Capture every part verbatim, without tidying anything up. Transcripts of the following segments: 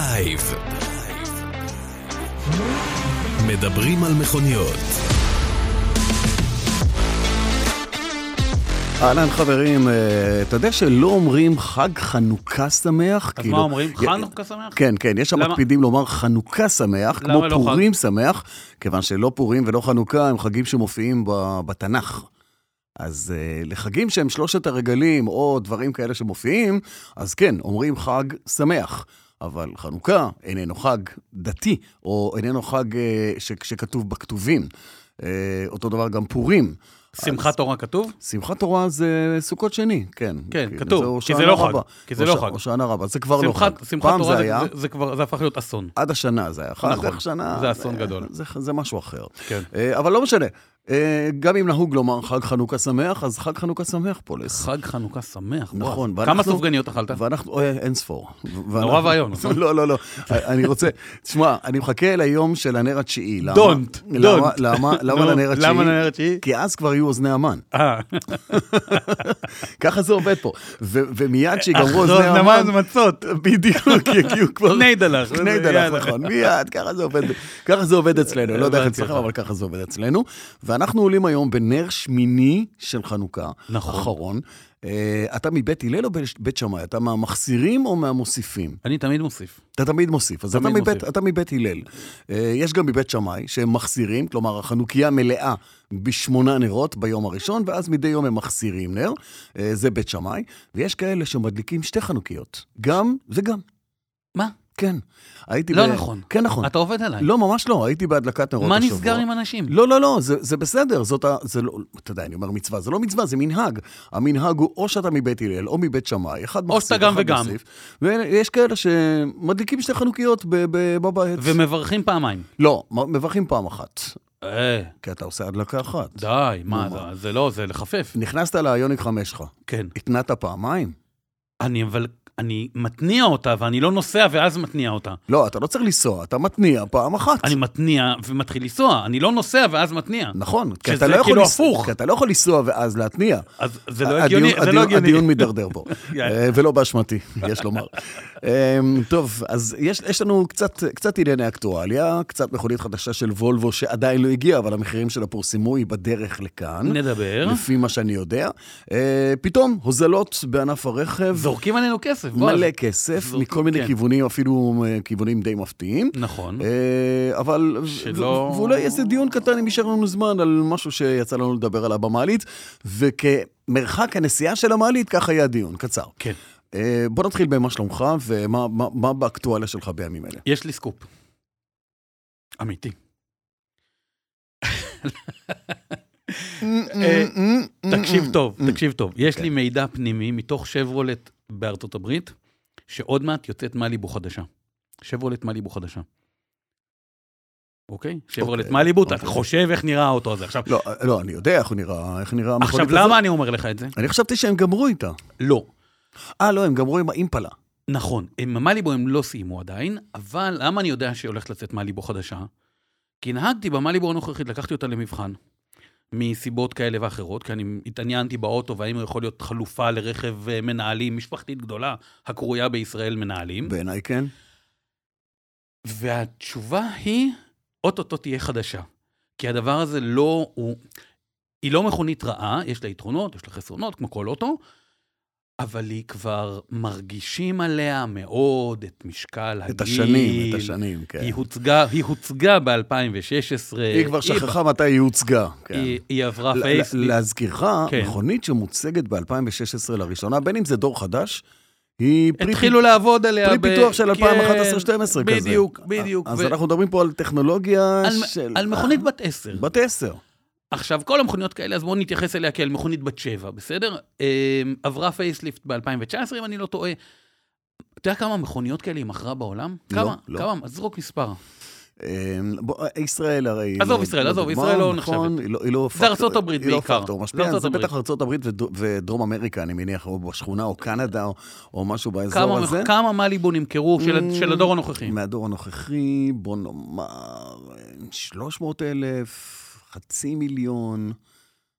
דרייב. מדברים על מכוניות. אהלן חברים, אתה יודע שלא אומרים חג חנוכה שמח? אז מה אומרים? חנוכה שמח? כן, כן, יש שם מקפידים לומר חנוכה שמח, כמו פורים שמח, כיוון שלא פורים ולא חנוכה הם חגים שמופיעים בתנ"ך. אז לחגים שהם שלושת הרגלים או דברים כאלה שמופיעים, אז כן, אומרים חג שמח. אבל חנוכה איננו חג דתי, או איננו חג שכתוב בכתובים. אותו דבר גם פורים. שמחת תורה כתוב? שמחת תורה זה סוכות שני, כן. כן, כתוב, כי זה לא חג. כי זה לא חג. הושענא רבה, זה כבר לא חג. שמחת תורה זה כבר, זה הפך להיות אסון. עד השנה זה היה חג. נכון, זה אסון גדול. זה משהו אחר. כן. אבל לא משנה. גם אם נהוג לומר חג חנוכה שמח, אז חג חנוכה שמח פולס. חג חנוכה שמח, נכון. כמה סופגניות אכלת? ואנחנו, אין ספור. נורא והיום. לא, לא, לא. אני רוצה, תשמע, אני מחכה ליום של הנר התשיעי. דונט, דונט. למה לנר התשיעי? למה לנר התשיעי? כי אז כבר יהיו אוזני המן. ככה זה עובד פה. ומיד שיגמרו אוזני המן... המן זה מצות. בדיוק, יגיעו כבר... קני דלך. קני דלך, נכון. מיד, ככה זה עובד אצלנו. לא יודע איך אצלכם, אבל ככה זה עובד אצלנו. ואנחנו עולים היום בנר שמיני של חנוכה, אחרון. אתה מבית הלל או בית שמאי? אתה מהמחסירים או מהמוסיפים? אני תמיד מוסיף. אתה תמיד מוסיף, אז אתה מבית הלל. יש גם מבית שמאי שהם מחסירים, כלומר החנוכיה מלאה בשמונה נרות ביום הראשון, ואז מדי יום הם מחסירים נר, זה בית שמאי, ויש כאלה שמדליקים שתי חנוכיות, גם וגם. מה? כן. לא נכון. כן, נכון. אתה עובד עליי. לא, ממש לא. הייתי בהדלקת נרות השבוע. השבוע. מה נסגר עם אנשים? לא, לא, לא. זה, זה בסדר. זאת, זה לא, אתה יודע, אני אומר מצווה. זה לא מצווה, זה מנהג. המנהג הוא או שאתה מבית הלל, או מבית שמאי. אחד מחסיף, או שאתה גם וגם. מוסיף. ויש כאלה שמדליקים שתי חנוכיות בבית. ומברכים פעמיים. לא, מברכים פעם אחת. אה. כי אתה עושה הדלקה אחת. די, מה, זה, זה לא, זה לחפף. נכנסת ליוניק חמש שלך. כן. התנעת פעמיים. אני, אבל... אני מתניע אותה, ואני לא נוסע ואז מתניע אותה. לא, אתה לא צריך לנסוע, אתה מתניע פעם אחת. אני מתניע ומתחיל לנסוע, אני לא נוסע ואז מתניע. נכון, כי אתה לא כאילו הפוך. כי אתה לא יכול לנסוע ואז להתניע. אז זה לא הגיוני, זה לא הגיוני. הדיון מדרדר פה, ולא באשמתי, יש לומר. טוב, אז יש לנו קצת ענייני אקטואליה, קצת מכונית חדשה של וולבו שעדיין לא הגיעה, אבל המחירים שלה פורסמו, היא בדרך לכאן. נדבר. לפי מה שאני יודע. פתאום, הוזלות בענף הרכב. זורקים עלינו כסף. מלא כסף, מכל מיני כיוונים, אפילו כיוונים די מפתיעים. נכון. אבל, ואולי איזה דיון קטן אם יישאר לנו זמן על משהו שיצא לנו לדבר עליו במעלית, וכמרחק הנסיעה של המעלית, ככה היה דיון, קצר. כן. בוא נתחיל במה שלומך, ומה באקטואליה שלך בימים אלה. יש לי סקופ. אמיתי. תקשיב טוב, תקשיב טוב. יש לי מידע פנימי מתוך שברולט בארצות הברית, שעוד מעט יוצאת מאליבו חדשה. שברולט מאליבו חדשה. אוקיי? שברולט מאליבו, אתה חושב איך נראה האוטו הזה. עכשיו... לא, אני יודע איך הוא נראה, איך נראה... עכשיו, למה אני אומר לך את זה? אני חשבתי שהם גמרו איתה. לא. אה, לא, הם גמרו עם האימפלה. נכון. עם המאליבו הם לא סיימו עדיין, אבל למה אני יודע שהולכת לצאת מאליבו חדשה? כי נהגתי במאליבו הנוכחית, לקחתי אותה למבחן. מסיבות כאלה ואחרות, כי אני התעניינתי באוטו, והאם הוא יכול להיות חלופה לרכב מנהלים, משפחתית גדולה, הקרויה בישראל מנהלים. בעיניי כן. והתשובה היא, אוטוטו תהיה חדשה. כי הדבר הזה לא, הוא, היא לא מכונית רעה, יש לה יתרונות, יש לה חסרונות, כמו כל אוטו, אבל היא כבר מרגישים עליה מאוד את משקל הגיל. את השנים, את השנים, כן. היא הוצגה, היא הוצגה ב-אלפיים ושש עשרה. היא כבר שכחה מתי היא הוצגה. כן. היא, היא עברה פייס. להזכירך, כן. מכונית שמוצגת ב-אלפיים ושש עשרה לראשונה, בין אם זה דור חדש, היא התחילו פרי, לעבוד עליה. פרי ב... פיתוח של אלפיים ואחת עשרה שתים עשרה כזה. בדיוק, בדיוק. אז ו... אנחנו מדברים פה על טכנולוגיה על, של... על מכונית בת עשר. בת עשר. עכשיו, כל המכוניות כאלה, אז בואו נתייחס אליה כאל מכונית בת שבע, בסדר? עברה פייסליפט ב-אלפיים ותשע עשרה, אם אני לא טועה. אתה יודע כמה מכוניות כאלה היא מכרה בעולם? לא, כמה? לא. כמה? אז זרוק מספר. ישראל הרי... עזוב ישראל, עזוב, ישראל לא נחשבת. זה ארצות הברית בעיקר. זה בטח ארצות הברית ודרום אמריקה, אני מניח, או בשכונה, או קנדה, או משהו באזור הזה. כמה מאליבו נמכרו של הדור הנוכחי? מהדור הנוכחי, בוא נאמר, שלוש מאות אלף, חצי מיליון,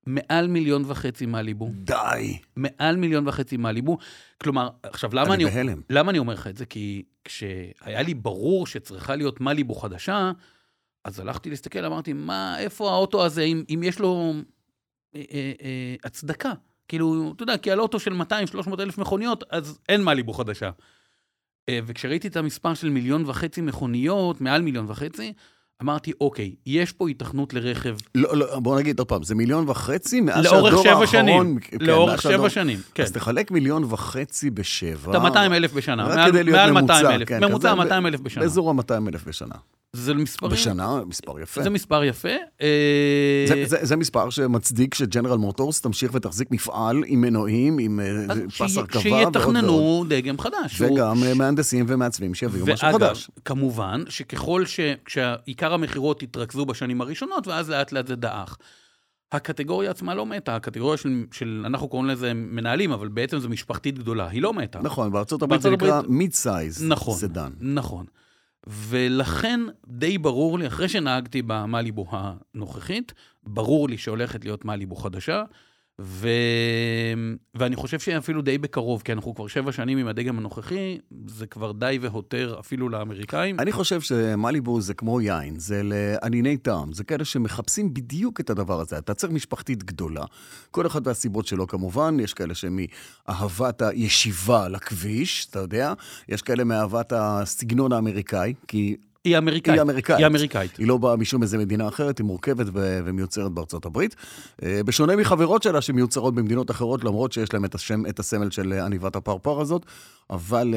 מעל מיליון וחצי מאליבו. די. מעל מיליון וחצי מאליבו. כלומר, עכשיו, למה אני, אני, למה אני אומר לך את זה? כי כשהיה לי ברור שצריכה להיות מאליבו חדשה, אז הלכתי להסתכל, אמרתי, מה, איפה האוטו הזה, אם, אם יש לו אה, אה, אה, הצדקה? כאילו, אתה יודע, כי על אוטו של מאתיים שלוש מאות אלף מכוניות, אז אין מאליבו חדשה. אה, וכשראיתי את המספר של מיליון וחצי מכוניות, מעל מיליון וחצי, אמרתי, אוקיי, יש פה התכנות לרכב. לא, לא, בוא נגיד עוד פעם, זה מיליון וחצי מאז לאורך שהדור שבע האחרון... שנים. כן, לאורך שבע שהדור... שנים, כן. אז תחלק מיליון וחצי בשבע. אתה מאתיים אלף בשנה. רק מעל, כדי להיות מעל ממוצע. מאתיים אלף. כן, ממוצע מאתיים אלף בשנה. באזור ה-מאתיים אלף בשנה. זה מספרים... בשנה, מספר יפה. זה מספר יפה. זה, זה, זה מספר שמצדיק שג'נרל מוטורס תמשיך ותחזיק מפעל עם מנועים, עם פס הרכבה. שיתכננו דגם חדש. וגם הוא... מהנדסים ומעצבים שיביאו משהו חדש. כמובן, שככל שעיקר המחירות יתרכזו בשנים הראשונות, ואז לאט לאט זה דאח. הקטגוריה עצמה לא מתה, הקטגוריה של, של אנחנו קוראים לזה מנהלים, אבל בעצם זו משפחתית גדולה, היא לא מתה. נכון, בארצות הברית זה נקרא מיד סייז סדן. נכון. ולכן די ברור לי, אחרי שנהגתי במאליבו הנוכחית, ברור לי שהולכת להיות מאליבו חדשה, ו... ואני חושב שאפילו די בקרוב, כי אנחנו כבר שבע שנים עם הדגם הנוכחי, זה כבר די והותר אפילו לאמריקאים. אני חושב שמאליבו זה כמו יין, זה לענייני טעם, זה כאלה שמחפשים בדיוק את הדבר הזה. אתה צריך משפחתית גדולה, כל אחד והסיבות שלו כמובן, יש כאלה שמאהבת הישיבה לכביש, אתה יודע, יש כאלה מאהבת הסגנון האמריקאי, כי... היא אמריקאית. היא אמריקאית. היא אמריקאית. היא לא באה משום איזה מדינה אחרת, היא מורכבת ומיוצרת בארצות הברית. בשונה מחברות שלה שמיוצרות במדינות אחרות, למרות שיש להם את השם, את הסמל של עניבת הפרפר הזאת, אבל...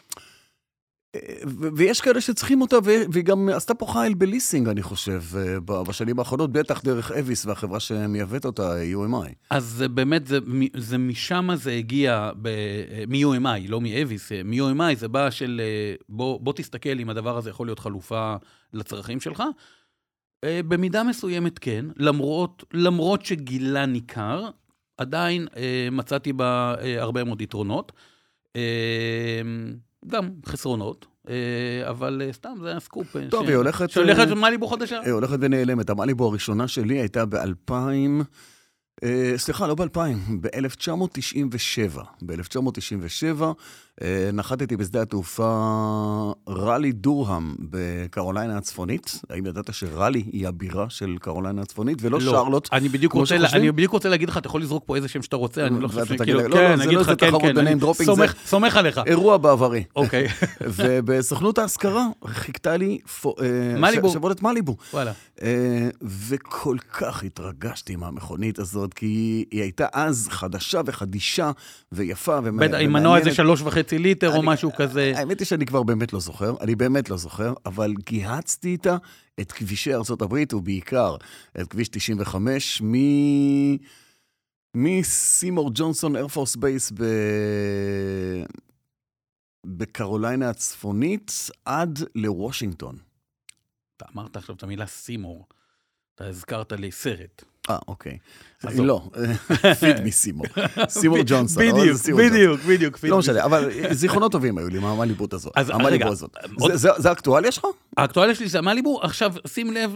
ויש כאלה שצריכים אותה, והיא גם עשתה פה חייל בליסינג, אני חושב, בשנים האחרונות, בטח דרך אביס והחברה שמייבאת אותה, יו אם איי. אז באמת, זה, זה משם זה הגיע מ-יו אם איי, לא מאביס, מ-יו אם איי זה בא של, בוא, בוא תסתכל אם הדבר הזה יכול להיות חלופה לצרכים שלך. במידה מסוימת כן, למרות, למרות שגילה ניכר, עדיין מצאתי בה הרבה מאוד יתרונות. גם חסרונות, אבל סתם זה הסקופ. טוב, היא הולכת... שהולכת מאליבו חדשה. היא הולכת ונעלמת. המאליבו הראשונה שלי הייתה ב-אלפיים... סליחה, לא ב-אלפיים, ב-אלף תשע מאות תשעים ושבע. ב-אלף תשע מאות תשעים ושבע נחתתי בשדה התעופה רלי דורהם בקרוליינה הצפונית. האם ידעת שרלי היא הבירה של קרוליינה הצפונית, ולא שרלוט? אני בדיוק רוצה, אני בדיוק רוצה להגיד לך, אתה יכול לזרוק פה איזה שם שאתה רוצה, אני לא חושב שכאילו, לא, לא, זה לא איזה תחרות ביניהם דרופינג, זה סומך עליך. אירוע בעברי. אוקיי. ובסוכנות ההשכרה חיכתה לי שבולת מאליבו. וואלה. וכל כך התרגשתי מהמכונית הזאת, כי היא הייתה אז חדשה וחדישה ויפה ומעניינת. עם מנוע איזה שלוש וחצי ליטר או משהו כזה. האמת היא שאני כבר באמת לא זוכר, אני באמת לא זוכר, אבל גיהצתי איתה את כבישי ארצות הברית, ובעיקר את כביש תשעים וחמש, מ... מסימור ג'ונסון איירפורס בייס ב... בקרוליינה הצפונית עד לוושינגטון. אתה אמרת עכשיו את המילה סימור. אתה הזכרת לי סרט. אה, אוקיי. לא, פיד מסימור. סימור ג'ונסון. בדיוק, בדיוק, בדיוק. לא משנה, אבל זכרונות טובים היו לי מהמאליבו הזאת. המאליבו הזאת. זה האקטואליה שלך? האקטואליה שלי זה המאליבו. עכשיו, שים לב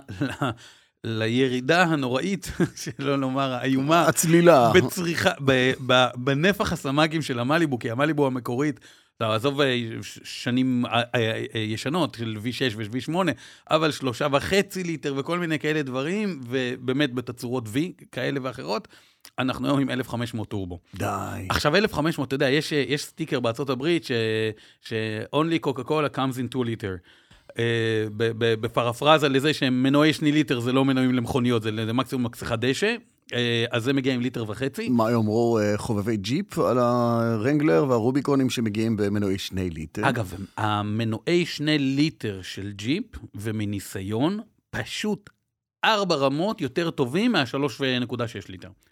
לירידה הנוראית, שלא לומר, האיומה. הצלילה. בצריכה, בנפח הסמ"גים של המאליבו, כי המאליבו המקורית, עזוב שנים ישנות של וי שש ו-וי שמונה, אבל שלושה וחצי ליטר וכל מיני כאלה דברים, ובאמת בתצורות V כאלה ואחרות, אנחנו היום עם אלף וחמש מאות טורבו. די. עכשיו אלף וחמש מאות, אתה יודע, יש, יש סטיקר בארצות הברית, ש, ש-only Coca-Cola comes in two liter. בפרפרזה לזה שהם מנועי שני ליטר, זה לא מנועים למכוניות, זה מקסימום מקסיכה דשא, אז זה מגיע עם ליטר וחצי. מה יאמרו חובבי ג'יפ על הרנגלר והרוביקונים שמגיעים במנועי שני ליטר? אגב, המנועי שני ליטר של ג'יפ ומניסיון, פשוט ארבע רמות יותר טובים מה-שלוש נקודה שש ליטר.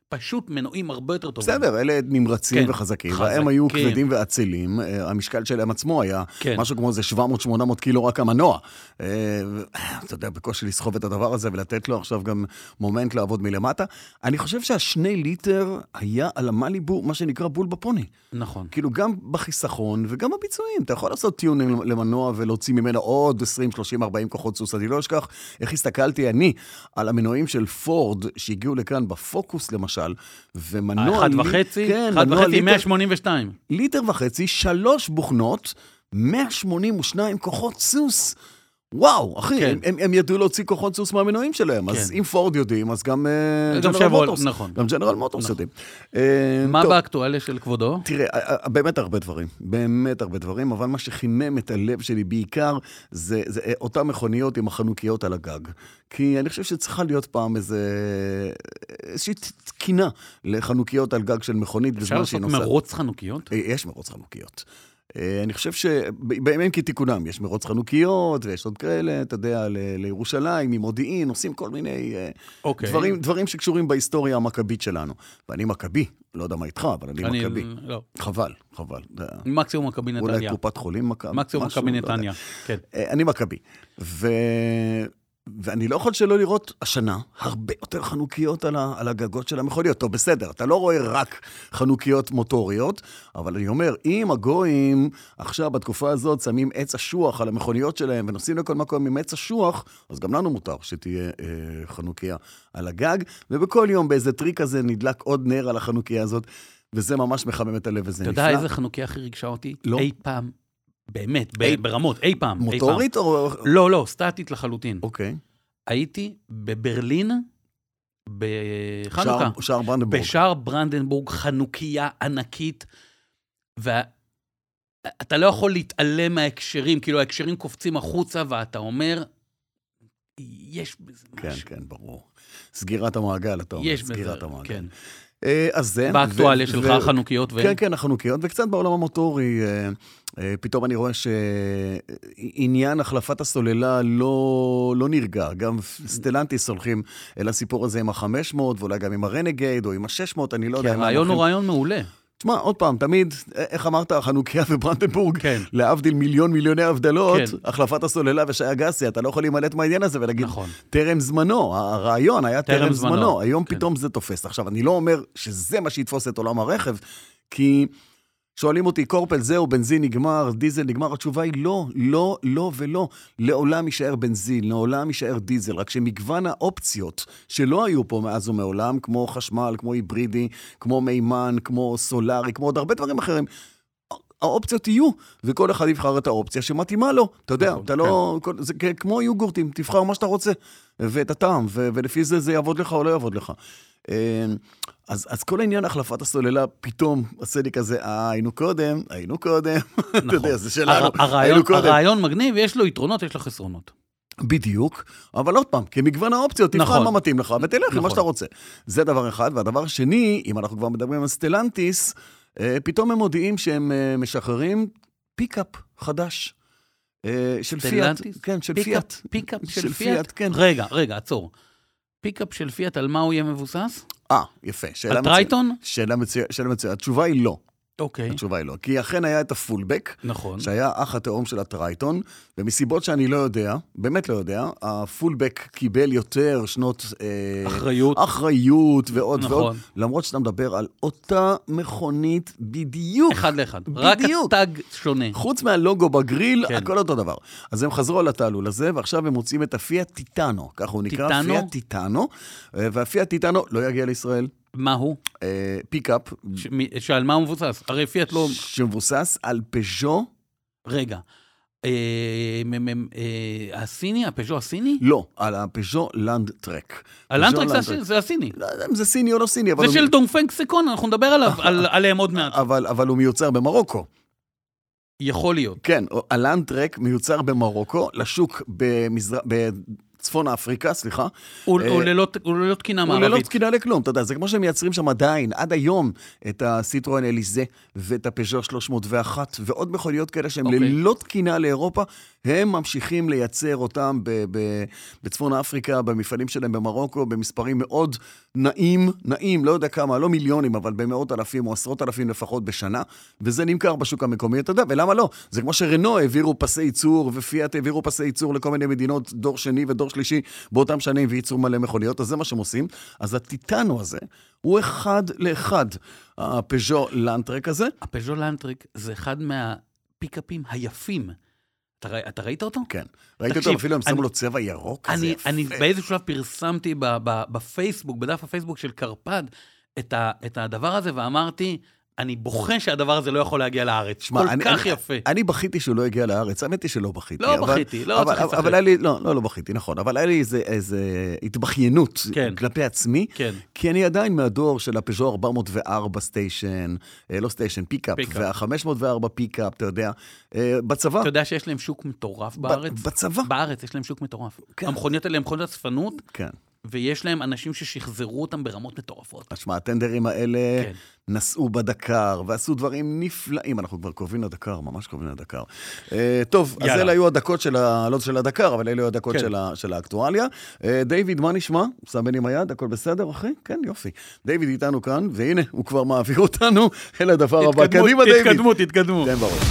פשוט מנועים הרבה יותר טובים. בסדר, אלה נמרצים כן, וחזקים, חזק, והם היו כן. כבדים ועצילים, המשקל שלהם עצמו היה כן. משהו כמו זה שבע מאות שמונה מאות קילו רק המנוע. אתה יודע, בקושי לסחוב את הדבר הזה ולתת לו עכשיו גם מומנט לעבוד מלמטה. אני חושב שהשני ליטר היה על המליבו, מה שנקרא בול בפוני. נכון. כאילו גם בחיסכון וגם בביצועים. אתה יכול לעשות טיונינג למנוע ולהוציא ממנו עוד עשרים, שלושים, ארבעים כוחות סוס. אני לא אשכח איך הסתכלתי אני על המנועים של פורד שהגיעו לכאן בפוקוס למשל, ומנוע... אחד וחצי, כן, אחד וחצי, מאה שמונים ושתיים. ליטר וחצי, שלוש בוכנות, מאה שמונים ושתיים כוחות סוס. וואו, אחי, כן. הם, הם ידעו להוציא כוחות סוס מהמנועים שלהם, כן. אז אם פורד יודעים, אז גם ג'נרל מוטורס. נכון. גם ג'נרל מוטורס יודעים. מה באקטואליה של כבודו? תראה, באמת הרבה דברים, באמת הרבה דברים, אבל מה שחימם את הלב שלי בעיקר, זה, זה אותם מכוניות עם החנוכיות על הגג. כי אני חושב שצריכה להיות פעם איזה, איזושהי תקינה לחנוכיות על גג של מכונית. אפשר לעשות מרוץ חנוכיות? יש מרוץ חנוכיות. אני חושב שבימים כתיקונם, יש מרוץ חנוכיות, ויש עוד כאלה, אתה יודע, לירושלים, ממודיעין, עושים כל מיני okay. דברים, דברים שקשורים בהיסטוריה המכבית שלנו. ואני מכבי, לא יודע מה איתך, אבל אני, אני מכבי. לא. חבל, חבל. מקסימום מכבי נתניה. אולי קופת חולים מכבי. מקסימום מכבי נתניה, כן. אני מכבי. ו... ואני לא יכול שלא לראות השנה הרבה יותר חנוכיות על, ה, על הגגות של המכוניות. טוב, בסדר, אתה לא רואה רק חנוכיות מוטוריות, אבל אני אומר, אם הגויים עכשיו בתקופה הזאת שמים עץ אשוח על המכוניות שלהם ונוסעים לכל מקום עם עץ אשוח, אז גם לנו מותר שתהיה אה, חנוכיה על הגג, ובכל יום באיזה טריק הזה נדלק עוד נר על החנוכיה הזאת, וזה ממש מחמם את הלב וזה נפלא. אתה יודע איזה חנוכיה הכי ריגשה אותי? לא. אי פעם. באמת, אי... ברמות, אי פעם. מוטורית אי פעם. או... לא, לא, סטטית לחלוטין. אוקיי. הייתי בברלין, בחנוכה. שער, שער ברנדנבורג. בשער ברנדנבורג, חנוכיה ענקית, ואתה לא יכול להתעלם מההקשרים, כאילו ההקשרים קופצים החוצה, ואתה אומר, יש בזה כן, משהו. כן, כן, ברור. סגירת המעגל, אתה אומר, יש סגירת בזה, המעגל. כן. אז זה... באקטואליה שלך, החנוכיות ו... כן, כן, החנוכיות, וקצת בעולם המוטורי, פתאום אני רואה שעניין החלפת הסוללה לא, לא נרגע. גם סטלנטיס הולכים אל הסיפור הזה עם ה-חמש מאות, ואולי גם עם הרנגייד, או עם ה-שש מאות, אני לא יודע. כן, הרעיון הוא רעיון מעולה. תשמע, עוד פעם, תמיד, איך אמרת, חנוכיה וברנדנבורג, כן. להבדיל מיליון מיליוני הבדלות, כן. החלפת הסוללה ושי הגסי, אתה לא יכול להימלט מהעניין הזה ולהגיד, נכון. טרם זמנו, הרעיון היה טרם, טרם זמנו, זמנו. היום כן. פתאום זה תופס. עכשיו, אני לא אומר שזה מה שיתפוס את עולם הרכב, כי שואלים אותי, קורפל, זהו, בנזין נגמר, דיזל נגמר, התשובה היא לא, לא, לא ולא. לעולם יישאר בנזין, לעולם יישאר דיזל, רק שמגוון האופציות שלא היו פה מאז ומעולם, כמו חשמל, כמו היברידי, כמו מימן, כמו סולרי, כמו עוד הרבה דברים אחרים, האופציות יהיו, וכל אחד יבחר את האופציה שמתאימה לו. אתה יודע, אתה לא, זה כמו יוגורטים, תבחר מה שאתה רוצה, ואת הטעם, ולפי זה זה יעבוד לך או לא יעבוד לך. אז, אז כל העניין החלפת הסוללה פתאום עושה לי כזה, אה, היינו קודם, היינו קודם, אתה יודע, זה שלנו, היינו קודם. הרעיון מגניב, יש לו יתרונות, יש לו חסרונות. בדיוק, אבל עוד פעם, כמגוון האופציות, תבחר מה מתאים לך, ותלך עם מה שאתה רוצה. זה דבר אחד, והדבר שני, אם אנחנו כבר מדברים על סטלנטיס, פתאום הם מודיעים שהם משחררים פיקאפ חדש. של פיאט. כן, של פיאט. פיקאפ של פיאט? כן. רגע, רגע, עצור. פיקאפ של פיאט, על מה הוא יהיה מבוסס? אה, יפה. על טרייטון? שאלה מצוינת. התשובה היא לא. אוקיי. התשובה היא לא. כי אכן היה את הפולבק, נכון. שהיה אח התאום של הטרייטון, ומסיבות שאני לא יודע, באמת לא יודע, הפולבק קיבל יותר שנות... אחריות. אחריות ועוד נכון. ועוד. למרות שאתה מדבר על אותה מכונית בדיוק. אחד לאחד. רק הטאג שונה. חוץ מהלוגו בגריל, כן. הכל אותו דבר. אז הם חזרו על התעלול הזה, ועכשיו הם מוצאים את הפיאט טיטאנו. ככה הוא נקרא, טיטאנו? פיאט טיטאנו. והפיאט טיטאנו לא יגיע לישראל. מה הוא? פיקאפ. שעל מה הוא מבוסס? הרי פיאט לא... שמבוסס על פז'ו. רגע. הסיני? הפז'ו הסיני? לא, על הפז'ו לנד טרק. הלנד טרק זה הסיני. לא יודע אם זה סיני או לא סיני. זה של דונגפנג סקון, אנחנו נדבר עליהם עוד מעט. אבל הוא מיוצר במרוקו. יכול להיות. כן, הלנד טרק מיוצר במרוקו, לשוק צפון אפריקה, סליחה. הוא ללא תקינה מערבית. הוא ללא תקינה לכלום, אתה יודע, זה כמו שהם מייצרים שם עדיין, עד היום, את הסיטרואן אליזה ואת הפז'ו שלוש מאות ואחת, ועוד מכוניות כאלה שהם ללא תקינה לאירופה, הם ממשיכים לייצר אותם בצפון אפריקה, במפעלים שלהם במרוקו, במספרים מאוד נעים, נעים, לא יודע כמה, לא מיליונים, אבל במאות אלפים או עשרות אלפים לפחות בשנה, וזה נמכר בשוק המקומי, אתה יודע, ולמה לא? זה כמו שרנו העבירו פסי ייצור, ופיאט העבירו פסי ייצור לכל מיני מדינות, דור שני ודור שלישי, באותם שנים וייצור מלא מכוניות, אז זה מה שהם עושים. אז הטיטנו הזה, הוא אחד לאחד, הפז'ו לנטרק הזה. הפז'ו לנטרק זה אחד מהפיקאפים היפים. אתה, ר... אתה ראית אותו? כן. ראיתי אותו, אפילו הם שמו לו צבע ירוק כזה אני, יפה. אני באיזה שלב פרסמתי ב, ב, בפייסבוק, בדף הפייסבוק של קרפד, את, ה, את הדבר הזה, ואמרתי, אני בוכה שהדבר הזה לא יכול להגיע לארץ. שמה, כל אני, כך אני, יפה. אני בכיתי שהוא לא הגיע לארץ, האמת היא שלא בכיתי. לא אבל, בכיתי, לא אבל, צריך אבל, אבל לי, לא, לא, לא בכיתי, נכון. אבל היה לי איזה, איזה התבחיינות כן. כלפי עצמי, כן. כי אני עדיין מהדור של הפז'ו ארבע מאות וארבע סטיישן, לא סטיישן, פיקאפ, וה-חמש מאות וארבע פיקאפ, אתה יודע, בצבא. אתה יודע שיש להם שוק מטורף בארץ? בצבא. בארץ יש להם שוק מטורף. כן. המכוניות האלה הם מכוניות הצפנות. כן. ויש להם אנשים ששחזרו אותם ברמות מטורפות. תשמע, הטנדרים האלה כן. נסעו בדקר, ועשו דברים נפלאים. אנחנו כבר קרובים לדקר, ממש קרובים לדקר. אה, טוב, יאללה. אז אלה היו הדקות של, ה... לא של הדקר, אבל אלה היו הדקות כן. של, ה... של האקטואליה. אה, דיוויד, מה נשמע? סבן עם היד, הכל בסדר, אחי? כן, יופי. דיוויד איתנו כאן, והנה, הוא כבר מעביר אותנו אל הדבר הבא. קדימה, דיוויד. תתקדמו, תתקדמו. תן בראש.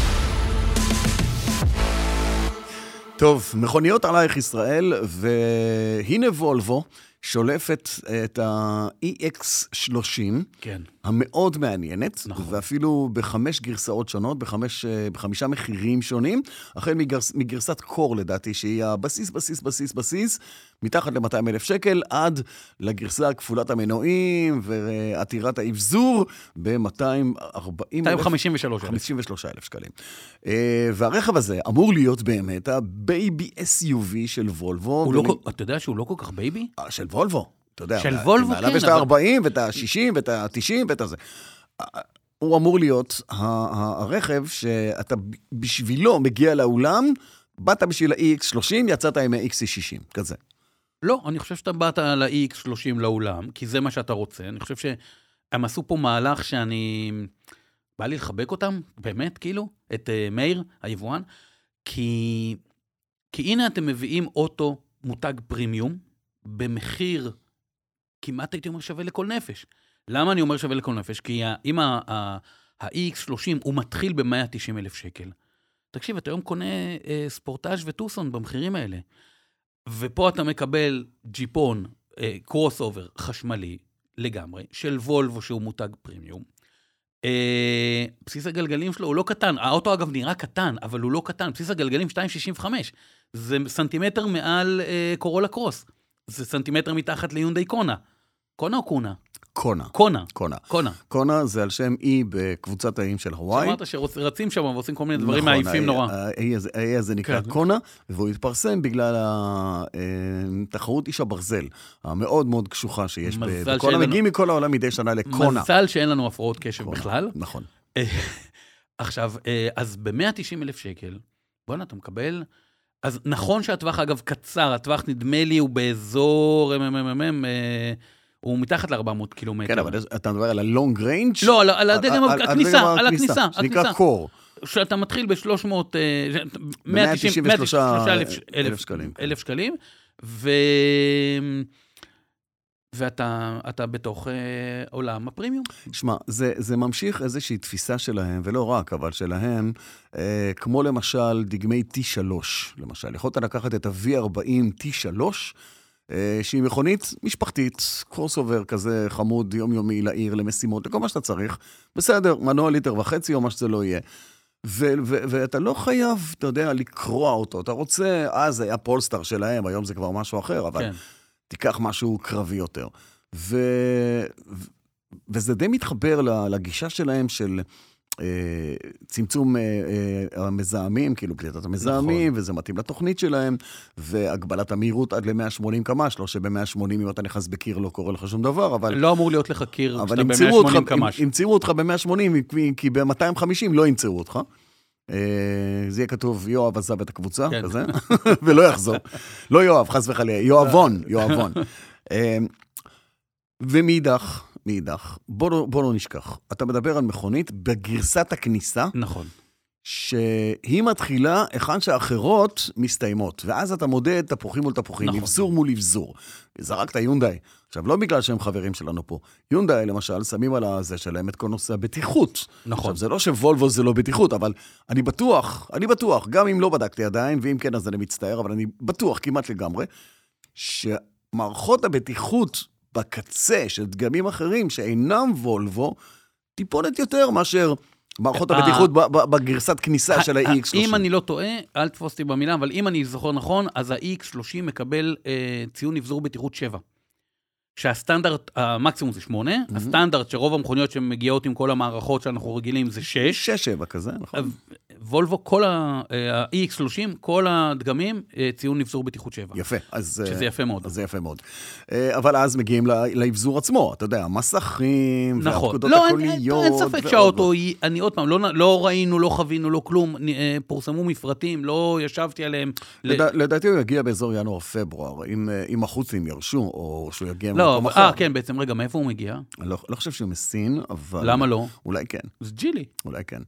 טוב, מכוניות עלייך ישראל, והנה וולבו שולפת את ה-אי אקס שלושים, כן. המאוד מעניינת, נכון. ואפילו בחמש גרסאות שונות, בחמש, בחמישה מחירים שונים, החל מגרס, מגרסת קור לדעתי, שהיא הבסיס, בסיס, בסיס, בסיס, מתחת ל-מאתיים אלף שקל, עד לגרסה כפולת המנועים, ועתירת האבזור, ב-מאתיים חמישים ושלושה אלף שקלים. והרכב הזה אמור להיות באמת הבייבי אס יו וי של וולבו. לא, אתה יודע שהוא לא כל כך בייבי? של וולבו. אתה יודע, של וולבו, כן. יש את ה-ארבעים ואת ה-שישים ואת ה-תשעים ואת הזה. הוא אמור להיות הרכב שאתה בשבילו מגיע לאולם, באת בשביל ה-אי אקס שלושים, יצאת עם ה-אקס סי שישים, כזה. לא, אני חושב שאתה באת ל-אי אקס שלושים לאולם, כי זה מה שאתה רוצה. אני חושב שהם עשו פה מהלך שאני... בא לי לחבק אותם, באמת, כאילו, את uh, מאיר, היבואן, כי... כי הנה אתם מביאים אוטו מותג פרימיום, במחיר כמעט הייתי אומר שווה לכל נפש. למה אני אומר שווה לכל נפש? כי אם ה-אי אקס שלושים הוא מתחיל ב-מאה ותשעים אלף שקל. תקשיב, אתה היום קונה אה, ספורטאז' וטוסון במחירים האלה. ופה אתה מקבל ג'יפון, אה, קרוס אובר חשמלי לגמרי, של וולבו שהוא מותג פרימיום. אה, בסיס הגלגלים שלו הוא לא קטן. האוטו אגב נראה קטן, אבל הוא לא קטן. בסיס הגלגלים שתיים שישים וחמש. זה סנטימטר מעל אה, קורולה קרוס. זה סנטימטר מתחת ליונדאי קונה. קונה או קונה? קונה. קונה. קונה. קונה. קונה זה על שם אי בקבוצת האיים של הוואי. שאמרת שרצים שם ועושים כל מיני דברים מעיפים נורא. האי הזה נקרא קונה, והוא התפרסם בגלל התחרות איש הברזל, המאוד מאוד קשוחה שיש בכל המגיעים מכל העולם מדי שנה לקונה. מזל שאין לנו הפרעות קשב בכלל. נכון. עכשיו, אז ב-מאה ותשעים אלף שקל, בוא'נה, אתה מקבל... אז נכון שהטווח אגב קצר, הטווח נדמה לי הוא באזור, הוא מתחת ל-ארבע מאות קילומטר. כן, אבל אתה מדבר על ה-long range? לא, על הדגם, הכניסה, על הכניסה. שנקרא קור. שאתה מתחיל ב-שלוש מאות, מאה תשעים ושלושה אלף שקלים, ו... ואתה אתה בתוך אה, עולם הפרימיום. שמע, זה, זה ממשיך איזושהי תפיסה שלהם, ולא רק, אבל שלהם, אה, כמו למשל דגמי טי שלוש, למשל. יכולת לקחת את ה-וי ארבעים טי שלוש, אה, שהיא מכונית משפחתית, קורסובר כזה חמוד, יומיומי לעיר, למשימות, לכל מה שאתה צריך. בסדר, מנוע ליטר וחצי או מה שזה לא יהיה. ו- ו- ואתה לא חייב, אתה יודע, לקרוע אותו. אתה רוצה, אז זה היה פולסטאר שלהם, היום זה כבר משהו אחר, אבל... כן. תיקח משהו קרבי יותר. ו... וזה די מתחבר לגישה שלהם של אה, צמצום אה, אה, המזהמים, כאילו פליטת המזהמים, נכון. וזה מתאים לתוכנית שלהם, והגבלת המהירות עד ל-מאה ושמונים קמ"ש, לא שב-מאה ושמונים אם אתה נכנס בקיר לא קורה לך שום דבר, אבל... לא אמור להיות לך קיר כשאתה ב-מאה ושמונים קמ"ש. ימצאו אותך ב-מאה ושמונים, כי ב-מאתיים וחמישים לא ימצאו אותך. זה יהיה כתוב, יואב עזב את הקבוצה, כזה, ולא יחזור. לא יואב, חס וחלילה, יואבון, יואבון. ומאידך, מאידך, בוא לא נשכח, אתה מדבר על מכונית בגרסת הכניסה, נכון. שהיא מתחילה היכן שהאחרות מסתיימות, ואז אתה מודד תפוחים מול תפוחים, נכון. לבזור מול לבזור. זרקת יונדאי. עכשיו, לא בגלל שהם חברים שלנו פה. יונדאי, למשל, שמים על הזה שלהם את כל נושא הבטיחות. נכון. עכשיו, זה לא שוולבו זה לא בטיחות, אבל אני בטוח, אני בטוח, גם אם לא בדקתי עדיין, ואם כן, אז אני מצטער, אבל אני בטוח כמעט לגמרי, שמערכות הבטיחות בקצה של דגמים אחרים שאינם וולבו, טיפונת יותר מאשר מערכות הבטיחות בגרסת כניסה של ה-אי אקס שלושים. אם אני לא טועה, אל תפוס אותי במילה, אבל אם אני זוכר נכון, אז ה-אי אקס שלושים מקבל ציון אבזור בטיחות שבע. שהסטנדרט, המקסימום זה שמונה, הסטנדרט שרוב המכוניות שמגיעות עם כל המערכות שאנחנו רגילים זה שש. שש, שבע כזה, נכון. וולבו, כל ה-אי אקס שלושים, כל הדגמים, ציון אבזור בטיחות שבע. יפה. שזה יפה מאוד. זה יפה מאוד. אבל אז מגיעים לאבזור עצמו, אתה יודע, המסכים, והפקודות הקוליות. לא, אין ספק שהאוטו, אני עוד פעם, לא ראינו, לא חווינו, לא כלום, פורסמו מפרטים, לא ישבתי עליהם. לדעתי הוא יגיע באזור ינואר-פברואר, אם החוצים ירשו, או שהוא יגיע לא, אה, כן, בעצם, רגע, מאיפה הוא מגיע? אני לא חושב שהוא מסין, אבל... למה לא? אולי כן. זה ג'ילי. אולי כן.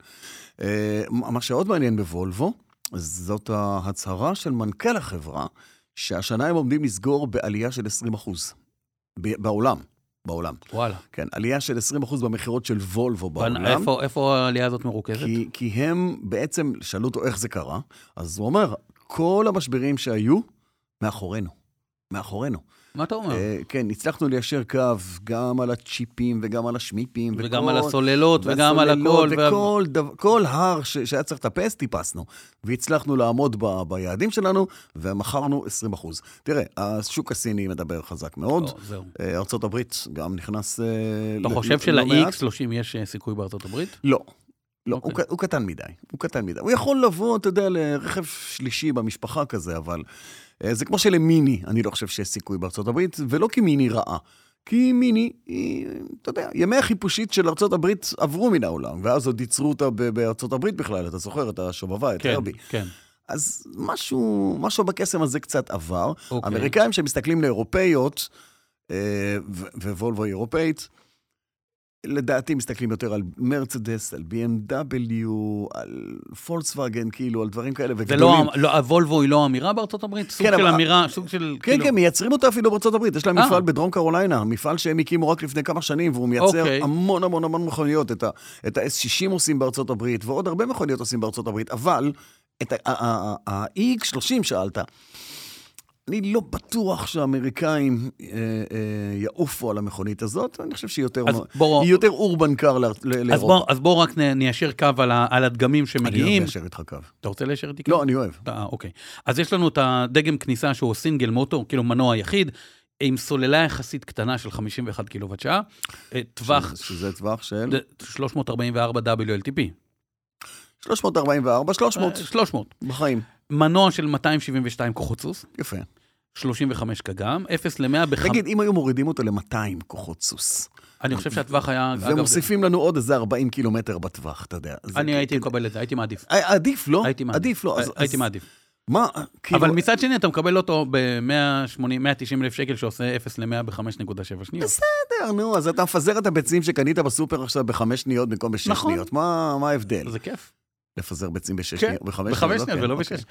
מה שעוד מעניין בוולבו, זאת ההצהרה של מנכ"ל החברה, שהשנה הם עומדים לסגור בעלייה של עשרים אחוז. בעולם. בעולם. וואלה. כן, עלייה של עשרים אחוז במחירות של וולבו בעולם. איפה, איפה העלייה הזאת מרוכזת? כי, כי הם בעצם, שאלו אותו איך זה קרה, אז הוא אומר, כל המשברים שהיו, מאחורינו. מאחורינו. מה אתה אומר? כן, הצלחנו ליישר קו גם על הצ'יפים וגם על השמיפים. וגם על הסוללות וגם על הכל. וכל הר שהיה צריך לטפס, טיפסנו. והצלחנו לעמוד ביעדים שלנו, ומכרנו עשרים אחוז. תראה, השוק הסיני מדבר חזק מאוד. ארצות הברית גם נכנס... אתה חושב של-אי אקס שלושים יש סיכוי בארצות הברית? לא. לא, הוא, הוא קטן מדי, הוא קטן מדי. הוא יכול לבוא, אתה יודע, לרכב שלישי במשפחה כזה, אבל זה כמו שלמיני, אני לא חושב שיש סיכוי בארצות הברית, ולא כי מיני רעה. כי מיני, היא, אתה יודע, ימי החיפושית של ארצות הברית עברו מן העולם, ואז עוד ייצרו אותה בארצות הברית בכלל, אתה זוכר את השובבה, את כן, הרבי. כן. אז משהו, משהו בקסם הזה קצת עבר. אוקיי. אמריקאים שמסתכלים לאירופאיות, ווולבו אירופאית, לדעתי מסתכלים יותר על מרצדס, על בי אם דאבליו, על פולקסווגן, כאילו, על דברים כאלה. זה לא, לא, הוולבו היא לא אמירה בארצות הברית? סוג של אמירה, סוג של... כן, כן, מייצרים אותה אפילו בארצות הברית. יש להם מפעל בדרום קרוליינה, מפעל שהם הקימו רק לפני כמה שנים, והוא מייצר המון המון המון מכוניות. את ה-אס שישים עושים בארצות הברית, ועוד הרבה מכוניות עושים בארצות הברית, אבל את ה-אי אקס שלושים שאלת, אני לא בטוח שהאמריקאים אה, אה, יעופו על המכונית הזאת, אני חושב שהיא יותר, בוא, היא יותר אורבן קר לאירופה. אז בוא, אז בוא רק ניישר קו על, על הדגמים שמגיעים. אני אוהב ליישר איתך קו. אתה רוצה ליישר איתי קו? לא, אני אוהב. אה, אוקיי. אז יש לנו את הדגם כניסה שהוא סינגל מוטור, כאילו מנוע יחיד, עם סוללה יחסית קטנה של חמישים ואחד קילוואט שעה, טווח... שזה טווח של? שלוש מאות ארבעים וארבע דאבליו אל טי פי. שלוש מאות ארבעים וארבע, שלוש מאות. שלוש מאות. בחיים. מנוע של מאתיים שבעים ושתיים כוחות סוס. יפה. שלושים וחמש קגם, אפס למאה בחמש... תגיד, אם היו מורידים אותו ל-מאתיים כוחות סוס. אני חושב שהטווח היה... ומוסיפים לנו עוד איזה ארבעים קילומטר בטווח, אתה יודע. אני הייתי מקבל את זה, הייתי מעדיף. עדיף, לא? הייתי מעדיף. עדיף, לא. הייתי מעדיף. מה? אבל מצד שני, אתה מקבל אותו ב-מאה שמונים, מאה תשעים אלף שקל, שעושה אפס למאה ב-חמש נקודה שבע שניות. בסדר, נו, אז אתה מפזר את הביצים שקנית בסופר עכשיו בחמש שניות במקום בשש שניות. מה ההבדל? זה כיף. לפזר ביצים בשש שניות, בחמש שניות ולא בשש.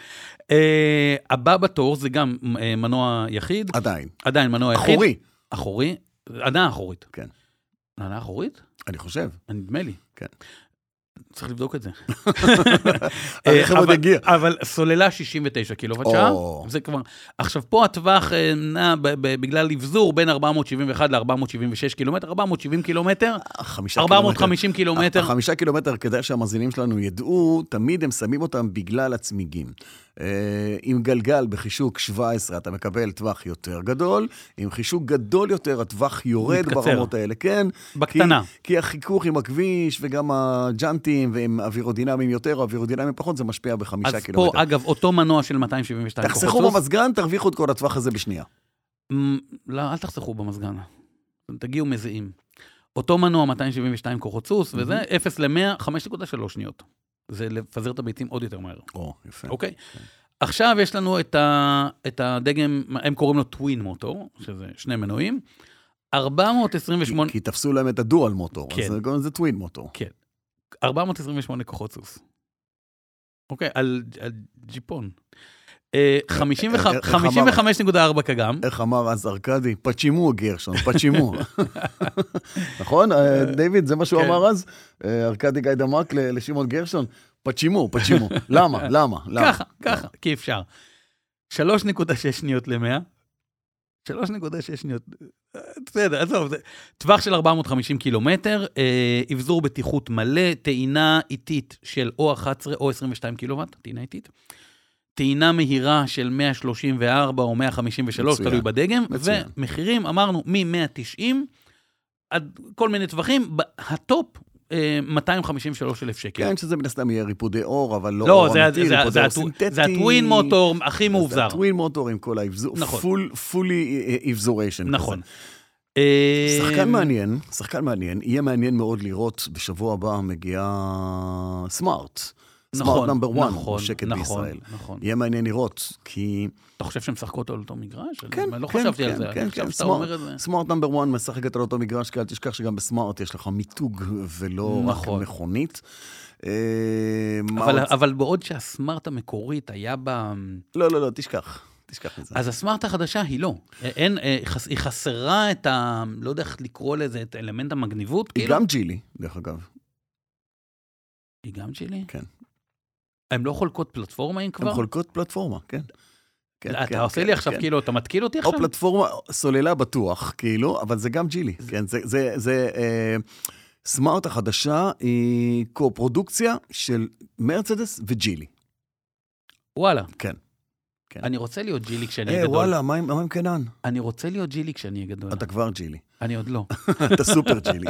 הבא בתור זה גם מנוע יחיד. עדיין. עדיין מנוע יחיד. אחורי. אחורי. עדיין אחורית. כן. עדיין אחורית? אני חושב. נדמה לי. כן. צריך לבדוק את זה. הרכב עוד הגיע. אבל סוללה שישים ותשע קילוואט שעה. זה כבר... עכשיו, פה הטווח נע בגלל לבזור בין ארבע מאות שבעים ואחת ל-ארבע מאות שבעים ושש קילומטר, ארבע מאות שבעים קילומטר, ארבע מאות וחמישים קילומטר. החמישה קילומטר, כדי שהמאזינים שלנו ידעו, תמיד הם שמים אותם בגלל הצמיגים. עם גלגל בחישוק שבע עשרה, אתה מקבל טווח יותר גדול, עם חישוק גדול יותר, הטווח יורד ברמות האלה, כן? בקטנה. כי, כי החיכוך עם הכביש וגם הג'אנטים ועם אווירודינמיים יותר או אווירודינמיים פחות, זה משפיע בחמישה קילומטר. אז פה, אגב, אותו מנוע של מאתיים שבעים ושתיים כוחות סוס. תחסכו במזגן, תרוויחו את כל הטווח הזה בשנייה. לא, אל תחסכו במזגן. תגיעו מזיעים. אותו מנוע מאתיים שבעים ושתיים כוחות סוס, וזה אפס למאה, חמש נקודה שלוש שניות. זה לפזר את הביצים עוד יותר מהר. או, יפה. אוקיי? עכשיו יש לנו את, ה, את הדגם, הם קוראים לו טווין מוטור, שזה שני מנועים, ארבע מאות עשרים ושמונה... כי, כי תפסו להם את הדואל מוטור, כן. אז זה, זה טווין מוטור. כן. ארבע מאות עשרים ושמונה כוחות סוס. אוקיי, על, על ג'יפון. חמישים וחמש נקודה ארבע קגם. איך אמר אז ארקדי? פצ'ימו גרשון, פצ'ימו. נכון? דיוויד, זה מה שהוא אמר אז? ארקדי גיידמק לשמעון גרשון? פצ'ימו, פצ'ימו. למה? למה? ככה, ככה, כי אפשר. שלוש נקודה שש שניות למאה. שלוש נקודה שש שניות. בסדר, עזוב. טווח של ארבע מאות וחמישים קילומטר, אבזור בטיחות מלא, טעינה איטית של או אחת עשרה או עשרים ושתיים קילוואט, טעינה איטית. טעינה מהירה של מאה שלושים וארבע או מאה חמישים ושלוש, תלוי בדגם, ומחירים, אמרנו, מ-מאה ותשעים עד כל מיני טווחים, הטופ, מאתיים חמישים ושלושה אלף שקל. כן, שזה מן הסתם יהיה ריפודי אור, אבל לא לא, אור זה, אמיתי, זה, ריפודי זה, אור זה, סינתטי. זה הטווין מוטור הכי מאובזר. זה הטווין מוטור עם כל האבזור, נכון. full, fully אבזוריישן. נכון. שחקן מעניין, שחקן מעניין, יהיה מעניין מאוד לראות, בשבוע הבא מגיעה סמארט. סמארט נאמבר וואן, שקט בישראל. יהיה מעניין לראות, כי... אתה חושב שהם משחקות על אותו מגרש? כן, לא חשבתי על זה. כן, כן. סמארט נאמבר וואן משחקת על אותו מגרש, כי אל תשכח שגם בסמארט יש לך מיתוג ולא רק מכונית. אבל בעוד שהסמארט המקורית היה בה... לא, לא, לא, תשכח. תשכח את זה. אז הסמארט החדשה היא לא. אין, היא חסרה את ה... לא יודע איך לקרוא לזה, את אלמנט המגניבות. היא גם ג'ילי, דרך אגב. היא גם ג'ילי? כן. הן לא חולקות פלטפורמה אם כבר? הן חולקות פלטפורמה, כן. אתה עושה לי עכשיו, כאילו, אתה מתקיל אותי עכשיו? או פלטפורמה, סוללה בטוח, כאילו, אבל זה גם ג'ילי. כן, זה... סמארט החדשה היא קו-פרודוקציה של מרצדס וג'ילי. וואלה. כן. אני רוצה להיות ג'ילי כשאני אהיה גדול. וואלה, מה עם קנן? אני רוצה להיות ג'ילי כשאני אהיה גדול. אתה כבר ג'ילי. אני עוד לא. אתה סופר ג'ילי.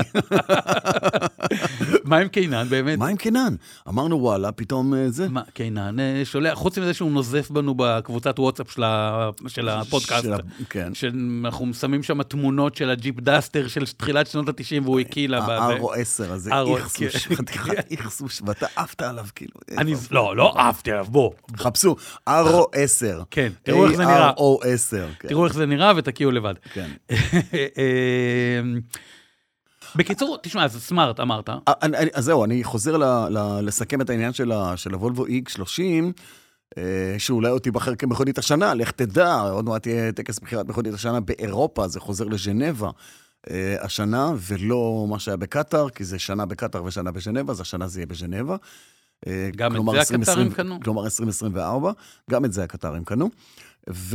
מה עם קינן, באמת? מה עם קינן? אמרנו וואלה, פתאום זה. מה, קינן שולח, חוץ מזה שהוא נוזף בנו בקבוצת וואטסאפ של הפודקאסט, שאנחנו שמים שם תמונות של הג'יפ דאסטר של תחילת שנות ה-תשעים, והוא הקילה. הארו עשר הזה, איכסוש, חתיכת איכסוש, ואתה עפת עליו, כאילו. לא, לא עפתי עליו, בוא. חפשו, ארו עשר. כן, תראו איך זה נראה. ארו עשר. תראו איך זה נראה ותקיעו לבד. כן. בקיצור, תשמע, אז סמארט אמרת. אז זהו, אני חוזר לסכם את העניין של הוולבו איג שלושים, שאולי עוד תיבחר כמכונית השנה, לך תדע, עוד מעט תהיה טקס בחירת מכונית השנה באירופה, זה חוזר לז'נבה השנה, ולא מה שהיה בקטר, כי זה שנה בקטר ושנה בז'נבה, אז השנה זה יהיה בז'נבה. גם את זה הקטרים קנו? כלומר עשרים עשרים וארבע, גם את זה הקטרים קנו. ו...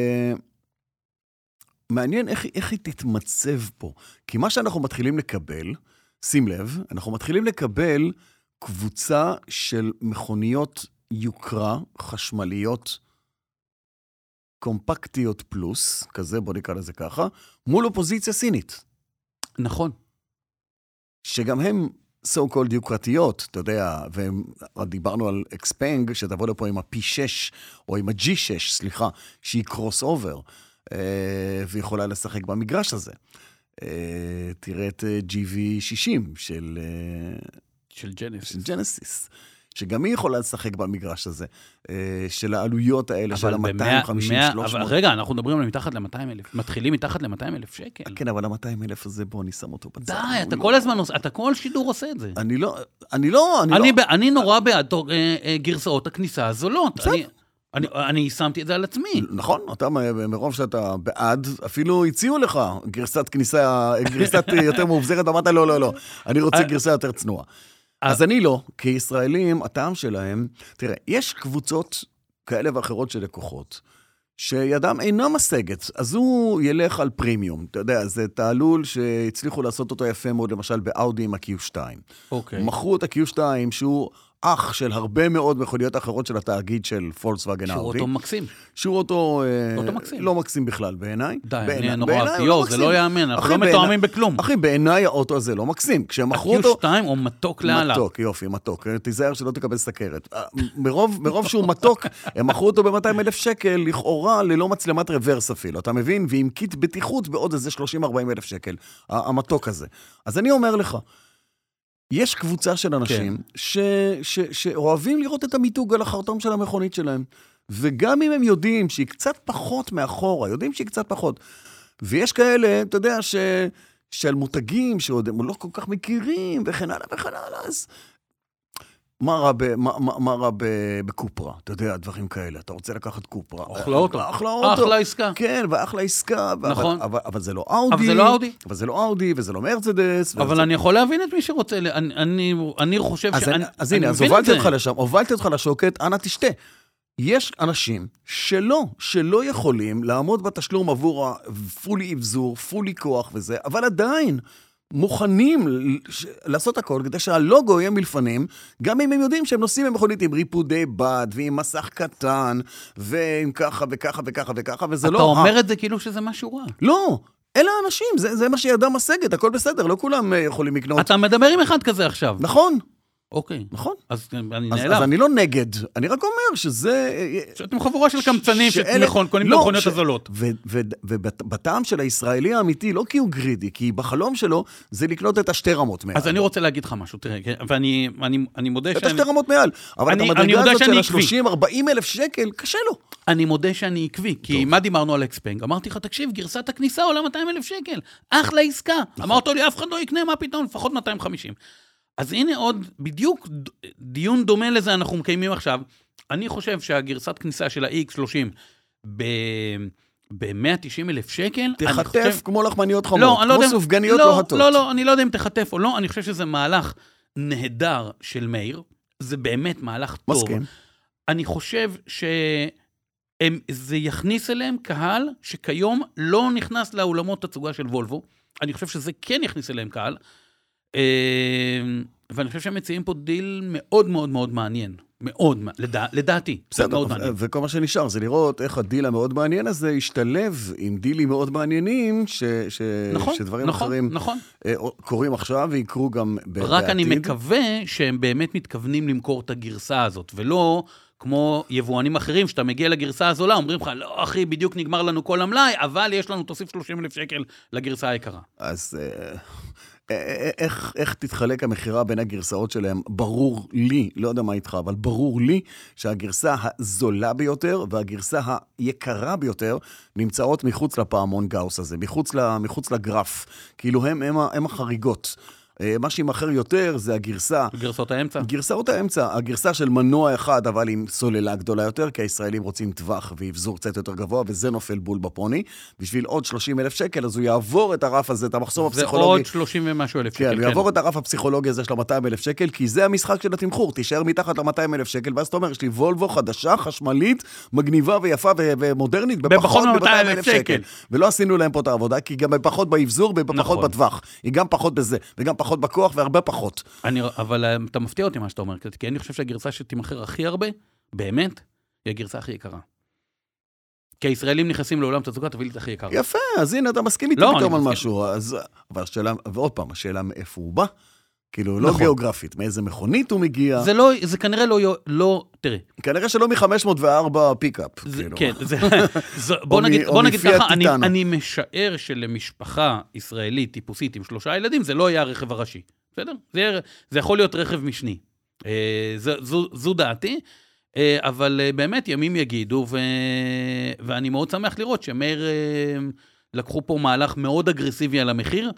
מעניין איך, איך היא תתמצב פה. כי מה שאנחנו מתחילים לקבל, שים לב, אנחנו מתחילים לקבל קבוצה של מכוניות יוקרה, חשמליות, קומפקטיות פלוס, כזה, בוא נקרא לזה ככה, מול אופוזיציה סינית. נכון. שגם הם so called יוקרתיות, אתה יודע, ודיברנו על אקספנג, שתבוא לפה עם ה-פי שש, או עם ה-ג'י שש, סליחה, שהיא קרוס אובר. ויכולה לשחק במגרש הזה. תראה את ג'י וי שישים של של ג'נסיס. של ג'נסיס, שגם היא יכולה לשחק במגרש הזה, של העלויות האלה, של ה-מאתיים חמישים שלוש מאות. אבל רגע, אנחנו מדברים על מתחת ל-מאתיים אלף, מתחילים מתחת ל-מאתיים אלף שקל. כן, אבל ה-מאתיים אלף הזה, בוא נישם אותו בצד. די, אתה כל הזמן, אתה כל שידור עושה את זה. אני לא, אני לא, אני לא. אני נורא בעד גרסאות הכניסה הזולות. אני, אני שמתי את זה על עצמי. נכון, אתה מרוב שאתה בעד, אפילו הציעו לך גרסת כניסה, גרסת יותר מאובזרת, אמרת לא, לא, לא, אני רוצה גרסה יותר צנועה. אז אני לא, כישראלים, הטעם שלהם, תראה, יש קבוצות כאלה ואחרות של לקוחות, שידם אינה משגת, אז הוא ילך על פרימיום, אתה יודע, זה תעלול שהצליחו לעשות אותו יפה מאוד, למשל באאודי עם ה-קיו שתיים. אוקיי. מכרו את ה-קיו שתיים, שהוא אח של הרבה מאוד מכוניות אחרות של התאגיד של פולקסווגן אאודי. שהוא אותו מקסים. שהוא אותו, אותו מקסים. לא מקסים בכלל בעיניי. די, אני נורא אהבתי, זה לא יאמן, אנחנו לא מתואמים בכלום. אחי, בעיניי האוטו הזה לא מקסים. כשמכרו אותו... ה-קיו שתיים הוא מתוק לאללה. מתוק, יופי, מתוק. תיזהר שלא תקבל סכרת. מרוב, מרוב שהוא מתוק, הם מכרו אותו ב-מאתיים אלף שקל, לכאורה ללא מצלמת רוורס אפילו, אתה מבין? ועם קיט בטיחות בעוד איזה שלושים ארבעים אלף שקל, המתוק הזה. אז אני אומר לך, יש קבוצה של אנשים כן. ש, ש, שאוהבים לראות את המיתוג על החרטום של המכונית שלהם. וגם אם הם יודעים שהיא קצת פחות מאחורה, יודעים שהיא קצת פחות. ויש כאלה, אתה יודע, ש, של מותגים שעוד הם לא כל כך מכירים, וכן הלאה וכן הלאה, אז... מה רע, ב, מה, מה, מה רע ב, בקופרה? אתה יודע, דברים כאלה. אתה רוצה לקחת קופרה. אחלה אוטו. אחלה אוטו. אחלה עסקה. כן, ואחלה עסקה. נכון. אבל, אבל, אבל זה לא אאודי. אבל זה לא אאודי. אבל זה לא אאודי, וזה לא מרצדס. אבל וזה... אני יכול להבין את מי שרוצה. אני, אני, אני חושב אז שאני אני, אז הנה, אז הובלתי אותך לשם, הובלתי אותך לשוקת, אנא תשתה. יש אנשים שלא, שלא יכולים לעמוד בתשלום עבור הפולי אבזור, פולי כוח וזה, אבל עדיין מוכנים לעשות הכל כדי שהלוגו יהיה מלפנים, גם אם הם יודעים שהם נוסעים במכונית עם ריפודי בד, ועם מסך קטן, ועם ככה וככה וככה וככה, וזה אתה לא... אתה אומר את זה כאילו שזה משהו רע. לא, אלה האנשים, זה, זה מה שידם משגת, הכל בסדר, לא כולם יכולים לקנות. אתה מדבר עם אחד כזה עכשיו. נכון. אוקיי. נכון. אז אני אז, נעלב. אז אני לא נגד, אני רק אומר שזה... שאתם חבורה של קמצנים שקונים את המכוניות הזולות. ובטעם של הישראלי האמיתי, לא כי הוא גרידי, כי בחלום שלו זה לקנות את השתי רמות מעל. אז אני רוצה להגיד לך משהו, תראה, ואני אני מודה שאני... את השתי רמות מעל, אבל את המדרגה הזאת של ה-שלושים ארבעים אלף שקל, קשה לו. אני מודה שאני עקבי, כי מה דיברנו על אקספנג? אמרתי לך, תקשיב, גרסת הכניסה עולה מאתיים אלף שקל, אחלה עסקה. אמרת לי, אף אחד לא יקנה, מה פתאום, לפחות מאתיים וחמישים. אז הנה עוד, בדיוק דיון דומה לזה אנחנו מקיימים עכשיו. אני חושב שהגרסת כניסה של ה-אקס שלושים ב-מאה ותשעים אלף שקל... תחטף כמו לחמניות חמות, כמו סופגניות לוהטות. לא, לא, אני לא יודע אם תחטף או לא, אני חושב שזה מהלך נהדר של מאיר, זה באמת מהלך טוב. מסכים. אני חושב שזה יכניס אליהם קהל שכיום לא נכנס לאולמות תצוגה של וולבו, אני חושב שזה כן יכניס אליהם קהל, ואני חושב שהם מציעים פה דיל מאוד מאוד מאוד מעניין, מאוד, לדעתי, בסדר, וכל מה שנשאר זה לראות איך הדיל המאוד מעניין הזה ישתלב עם דילים מאוד מעניינים, שדברים אחרים קורים עכשיו ויקרו גם בעתיד. רק אני מקווה שהם באמת מתכוונים למכור את הגרסה הזאת, ולא כמו יבואנים אחרים, שאתה מגיע לגרסה הזולה, אומרים לך, לא אחי, בדיוק נגמר לנו כל המלאי, אבל יש לנו תוסיף שלושים אלף שקל לגרסה היקרה. אז... איך, איך תתחלק המחירה בין הגרסאות שלהם? ברור לי, לא יודע מה איתך, אבל ברור לי שהגרסה הזולה ביותר והגרסה היקרה ביותר נמצאות מחוץ לפעמון גאוס הזה, מחוץ, מחוץ לגרף. כאילו הם, הם, הם החריגות. מה שימחר יותר זה הגרסה... גרסאות האמצע. גרסאות האמצע. הגרסה של מנוע אחד, אבל עם סוללה גדולה יותר, כי הישראלים רוצים טווח ויבזור קצת יותר גבוה, וזה נופל בול בפוני. בשביל עוד שלושים אלף שקל, אז הוא יעבור את הרף הזה, את המחסום הפסיכולוגי. זה עוד שלושים ומשהו אלף שקל. כן, הוא יעבור את הרף הפסיכולוגי הזה של מאתיים אלף שקל, כי זה המשחק של התמחור. תישאר מתחת ל-מאתיים אלף שקל, ואז אתה אומר, יש לי וולבו חדשה, חשמלית, מגניבה ויפה ומודרנית, בפחות מ-מאתיים אלף שקל. ולא עשינו להם פה את העבודה, כי גם בפחות באבזור ובפחות בטווח. היא גם פחות בזה, וגם פחות בכוח והרבה פחות. אני, אבל אתה מפתיע אותי מה שאתה אומר, כי אני חושב שהגרסה שתמחר הכי הרבה, באמת, היא הגרסה הכי יקרה. כי הישראלים נכנסים לעולם תצוגה, תביא לי את הכי יקרה. יפה, אז הנה, אתה מסכים איתי פתאום על משהו. אז, אבל השאלה, ועוד פעם, השאלה מאיפה הוא בא, כאילו לא גיאוגרפית, מאיזה מכונית הוא מגיע. זה לא, זה כנראה לא, לא, תראה. כנראה שלא מ-חמש מאות וארבע פיקאפ. כן, בוא נגיד, בוא נגיד ככה, אני משער שלמשפחה ישראלית טיפוסית עם שלושה ילדים, זה לא היה הרכב הראשי. בסדר? זה יכול להיות רכב משני. זו דעתי, אבל באמת ימים יגידו, ואני מאוד שמח לראות שמאיר לקחו פה מהלך מאוד אגרסיבי על המחיר,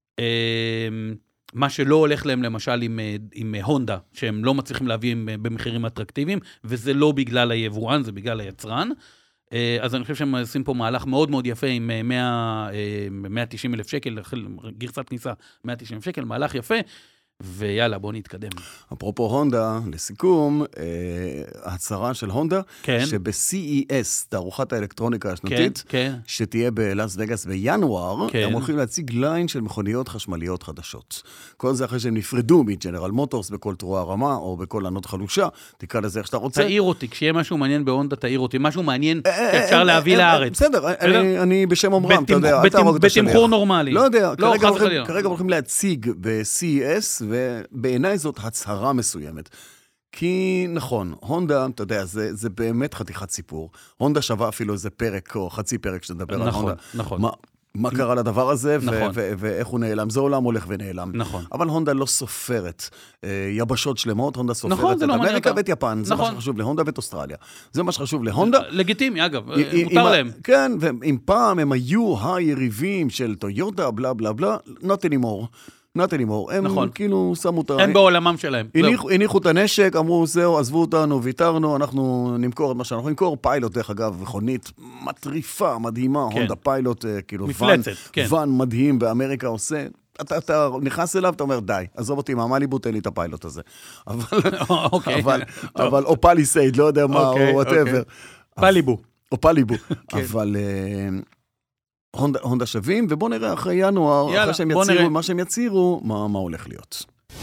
מה שלא הולך להם למשל עם, עם הונדה, שהם לא מצליחים להביא במחירים אטרקטיביים, וזה לא בגלל היבואן, זה בגלל היצרן. אז אני חושב שהם עושים פה מהלך מאוד מאוד יפה עם מאה ותשעים אלף שקל, גרסת כניסה מאה ותשעים אלף שקל, מהלך יפה, ויאללה, בואו נתקדם. אפרופו הונדה, לסיכום, ההצהרה של הונדה, כן. שב-סי אי אס, תערוכת האלקטרוניקה השנתית, כן, כן. שתהיה בלאס וגאס בינואר, כן. הם הולכים להציג ליין של מכוניות חשמליות חדשות. כל זה אחרי שהם נפרדו מג'נרל מוטורס בכל תרועה רמה, או בכל ענות חלושה, תקרא לזה איך שאתה רוצה. תעיר אותי, כשיהיה משהו מעניין בהונדה, תעיר אותי, משהו מעניין שאפשר להביא לארץ. בסדר, אני בשם אומרם, אתה יודע, בתמחור נורמלי. לא יודע, כרגע הולכים להציג ב-סי אי אס, ובעיניי זאת הצהרה מסוימת. כי נכון, הונדה, אתה יודע, זה, זה באמת חתיכת סיפור. הונדה שווה אפילו איזה פרק או חצי פרק שנדבר נכון, על הונדה. נכון. מה, מה קרה לדבר הזה, ואיך הוא נעלם. זה עולם הולך ונעלם. נכון. אבל הונדה לא סופרת יבשות שלמות, הונדה סופרת את אמריקה ואת יפן. זה מה שחשוב להונדה ואת אוסטרליה. זה מה שחשוב להונדה. לגיטימי, אגב, מותר להם. כן, ואם פעם הם היו היריבים של טויוטה, בלה בלה בלה, not anymore. not anymore. הם נכון. כאילו שמו את... הם בעולמם שלהם. הניחו, הניחו את הנשק, אמרו, זהו, עזבו אותנו, ויתרנו, אנחנו נמכור את מה שאנחנו נמכור. פיילוט, דרך אגב, מכונית מטריפה, מדהימה, כן. הונדה פיילוט, כאילו, מפלצת, ון, כן. ון מדהים באמריקה עושה. אתה, אתה נכנס אליו, אתה אומר, די, עזוב אותי, מהמליבו, תן לי את הפיילוט הזה. אבל, אוקיי. אבל, אבל, או פליסייד, לא יודע מה, אוקיי, או whatever. פליבו. או פליבו. אבל... הונדה, הונדה שווים, ובוא נראה אחרי ינואר, יאללה, אחרי שהם יצירו, נראה. מה שהם יצירו, מה, מה הולך להיות.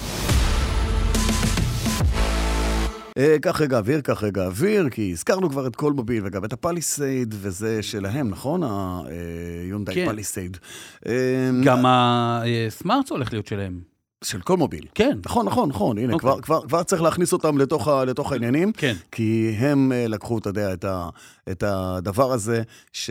אה, כך רגע אוויר, כך רגע אוויר, כי הזכרנו כבר את קולמוביל וגם את הפליסייד, וזה שלהם, נכון? היונדאי כן. פליסייד. אה, גם הסמארטס הולך להיות שלהם. של קולמוביל. כן. נכון, נכון, נכון. הנה, okay. כבר, כבר, כבר צריך להכניס אותם לתוך, לתוך העניינים. כן. כי הם לקחו, אתה יודע, את, ה, את הדבר הזה, ש,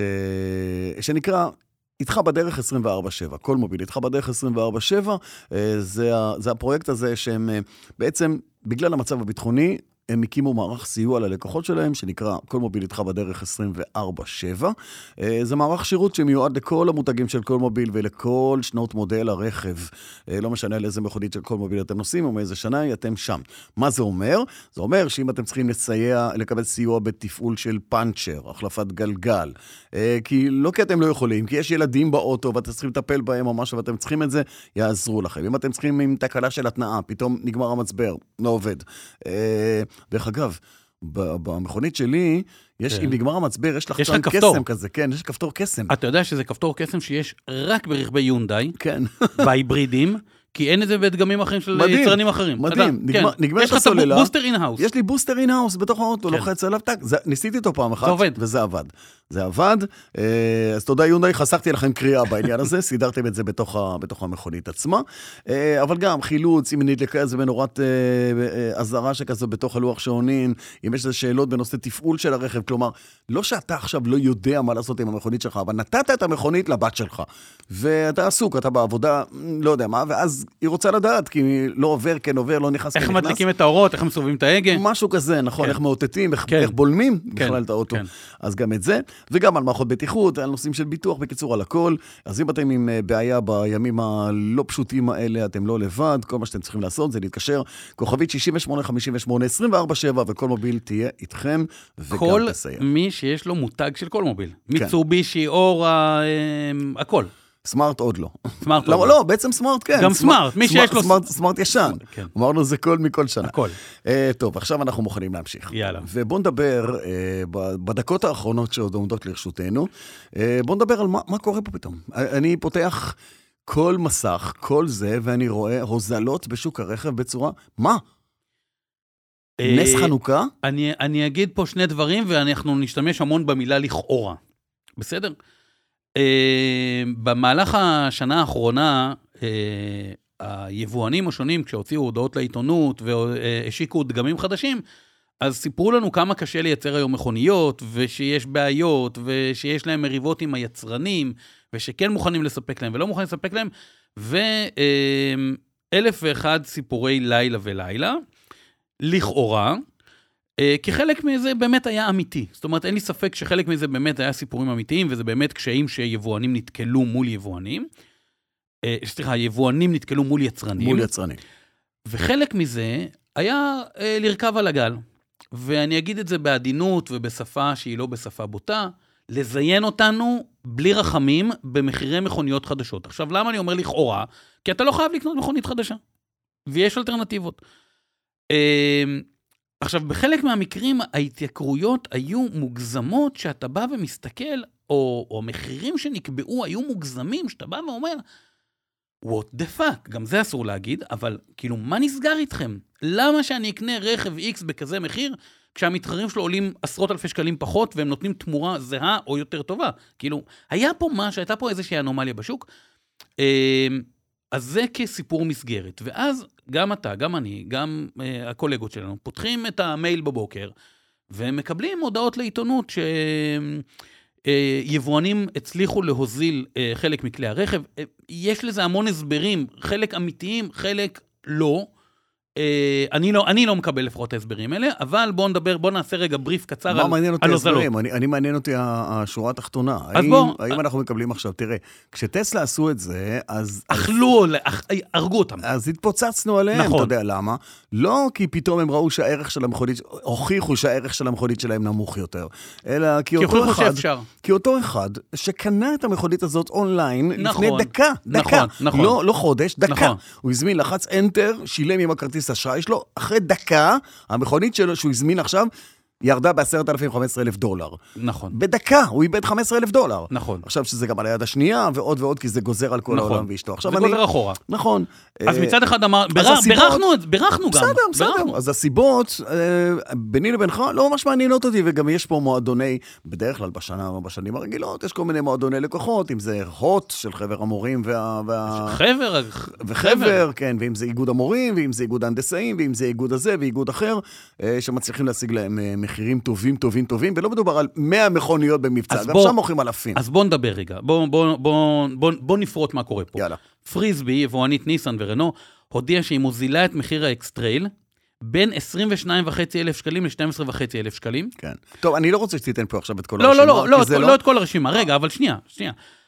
שנקרא, איתך בדרך עשרים וארבע שבע. קולמוביל, איתך בדרך עשרים וארבע שבע. זה, זה הפרויקט הזה שהם בעצם, בגלל המצב הביטחוני, הם הקימו מערך סיוע ללקוחות שלהם, שנקרא קולמוביל איתך בדרך עשרים וארבע שבע. זה מערך שירות שמיועד לכל המותגים של קולמוביל ולכל שנות מודל הרכב. לא משנה לאיזה מכונית של קולמוביל אתם נוסעים, או מאיזה שנה אתם שם. מה זה אומר? זה אומר שאם אתם צריכים לסייע, לקבל סיוע בתפעול של פאנצ'ר, החלפת גלגל, כי לא כי אתם לא יכולים, כי יש ילדים באוטו ואתם צריכים לטפל בהם או משהו ואתם צריכים את זה, יעזרו לכם. אם אתם צריכים עם תקלה של התנאה, פתאום נגמר המצבר, לא עובד. דרך אגב, במכונית שלי, יש, אם נגמר המצבר, יש לך כאן קסם כזה, כן, יש כפתור קסם. אתה יודע שזה כפתור קסם שיש רק ברכבי יונדאי, כן. בהיברידים, כי אין את זה בדגמים אחרים של יצרנים אחרים. מדהים, נגמר את הסוללה. יש לך את הבוסטר אין-האוס. יש לי בוסטר אין-האוס בתוך האוטו, לוחץ עליו, ניסיתי אותו פעם אחת, וזה עבד. זה עבד, אז תודה יונדאי, חסכתי לכם קריאה בעניין הזה, סידרתם את זה בתוך המכונית עצמה, אבל גם חילוץ, אם נדלקה איזה מנורת עזרה שכזו בתוך הלוח שעונים, אם יש איזה שאלות בנושא תפעול של הרכב, כלומר, לא שאתה עכשיו לא יודע מה לעשות עם המכונית שלך, אבל נתת את המכונית לבת שלך, ואתה עסוק, אתה בעבודה, לא יודע מה, ואז היא רוצה לדעת, כי לא עובר, כן עובר, לא נכנס, איך מדליקים את האורות, איך מסובבים את ההגה? משהו כזה, נכון, איך מאותתים, איך בולמים בכלל את האוטו. אז גם את זה, וגם על מערכות בטיחות, על נושאים של ביטוח, בקיצור על הכל. אז אם אתם עם בעיה בימים הלא פשוטים האלה, אתם לא לבד, כל מה שאתם צריכים לעשות זה להתקשר, כוכבית שישים ושמונה חמישים ושמונה עשרים וארבע שבע, וקולמוביל תהיה איתכם, וגם תסייע. כל מי שיש לו מותג של קולמוביל, מיצובישי, אורה, הכל. סמארט עוד לא. סמארט לא, לא, בעצם סמארט, כן. גם סמארט, מי שיש לו... סמארט ישן. אמרנו זה כל מכל שנה. הכל. טוב, עכשיו אנחנו מוכנים להמשיך. יאללה. ובוא נדבר, בדקות האחרונות שעוד עומדות לרשותנו, בוא נדבר על מה קורה פה פתאום. אני פותח כל מסך, כל זה, ואני רואה הוזלות בשוק הרכב בצורה, מה? נס חנוכה? אני אגיד פה שני דברים, ואנחנו נשתמש המון במילה לכאורה. בסדר? Uh, במהלך השנה האחרונה, uh, היבואנים השונים, כשהוציאו הודעות לעיתונות והשיקו דגמים חדשים, אז סיפרו לנו כמה קשה לייצר היום מכוניות, ושיש בעיות, ושיש להם מריבות עם היצרנים, ושכן מוכנים לספק להם ולא מוכנים לספק להם, ואלף ואחד סיפורי לילה ולילה, לכאורה, כחלק מזה באמת היה אמיתי. זאת אומרת, אין לי ספק שחלק מזה באמת היה סיפורים אמיתיים, וזה באמת קשיים שיבואנים נתקלו מול יבואנים. סליחה, יבואנים נתקלו מול יצרנים. מול יצרנים. וחלק מזה היה לרכב על הגל. ואני אגיד את זה בעדינות ובשפה שהיא לא בשפה בוטה, לזיין אותנו בלי רחמים במחירי מכוניות חדשות. עכשיו, למה אני אומר לכאורה? כי אתה לא חייב לקנות מכונית חדשה. ויש אלטרנטיבות. עכשיו, בחלק מהמקרים, ההתייקרויות היו מוגזמות, שאתה בא ומסתכל, או, או מחירים שנקבעו היו מוגזמים, שאתה בא ואומר, what the fuck, גם זה אסור להגיד, אבל כאילו, מה נסגר איתכם? למה שאני אקנה רכב X בכזה מחיר, כשהמתחרים שלו עולים עשרות אלפי שקלים פחות, והם נותנים תמורה זהה או יותר טובה? כאילו, היה פה מה, שהייתה פה איזושהי אנומליה בשוק, אז זה כסיפור מסגרת, ואז גם אתה, גם אני, גם uh, הקולגות שלנו, פותחים את המייל בבוקר, ומקבלים הודעות לעיתונות יבואנים הצליחו להוזיל חלק מכלי הרכב, יש לזה המון הסברים, חלק אמיתיים, חלק לא, אני לא, אני לא מקבל לפחות ההסברים האלה, אבל בואו נדבר, בואו נעשה רגע בריף קצר על, על מה מעניין אותי ההסברים? אני, אני מעניין אותי השורה התחתונה. האם, בוא, האם אנחנו מקבלים עכשיו, תראה, כשטסלה עשו את זה, אז... אכלו, אז, הרגו אותם. אז התפוצצנו עליהם, נכון. אתה יודע למה? לא כי פתאום הם ראו שהערך של המכונית, הוכיחו שהערך של המכונית שלהם נמוך יותר, אלא כי, כי אותו אחד, שאפשר. כי אותו אחד שקנה את המכונית הזאת אונליין, נכון, לפני דקה, דקה, נכון, נכון. לא, לא חודש, דקה. נכון. הוא הזמין, לחץ Enter, שילם עם הכרטיס אשראי שלו, אחרי דקה, המכונית שלו שהוא הזמין עכשיו, ירדה ב-עשרת אלפים וחמש עשרה אלף דולר. נכון. בדקה, הוא איבד חמישה עשר אלף דולר. נכון. עכשיו שזה גם על היד השנייה, ועוד ועוד, כי זה גוזר על כל נכון. העולם ואשתו. זה גוזר אני... אחורה. נכון. אז מצד אחד אמר, בר... הסיבות... ברכנו, ברכנו גם. בסדר, בסדר. ברכנו. אז הסיבות, ביני לבינך, לא ממש מעניינות אותי, וגם יש פה מועדוני, בדרך כלל בשנה, בשנים הרגילות, יש כל מיני מועדוני לקוחות, אם זה הוט של חבר המורים וה... וה... חבר, וחבר, כן, ואם זה איגוד המורים, ואם זה איגוד ההנדסאים, ואם זה איגוד הזה ואיגוד אחר, שמצליחים להשיג להם מחירים טובים, טובים, טובים, ולא מדובר על מאה מכוניות במבצע, גם שם מוכרים אלפים. אז בוא נדבר רגע, בוא, בוא, בוא, בוא, בוא נפרוט מה קורה פה. יאללה. פריסבי, יבואנית ניסן ורנו, הודיע שהיא מוזילה את מחיר האקסטרייל, בין עשרים ושניים וחצי אלף שקלים ל-שנים עשר וחצי אלף שקלים. כן. טוב, אני לא רוצה שתיתן פה עכשיו את כל לא, הרשימה. לא, לא, לא, לא את כל הרשימה. רגע, אבל שנייה, שנייה.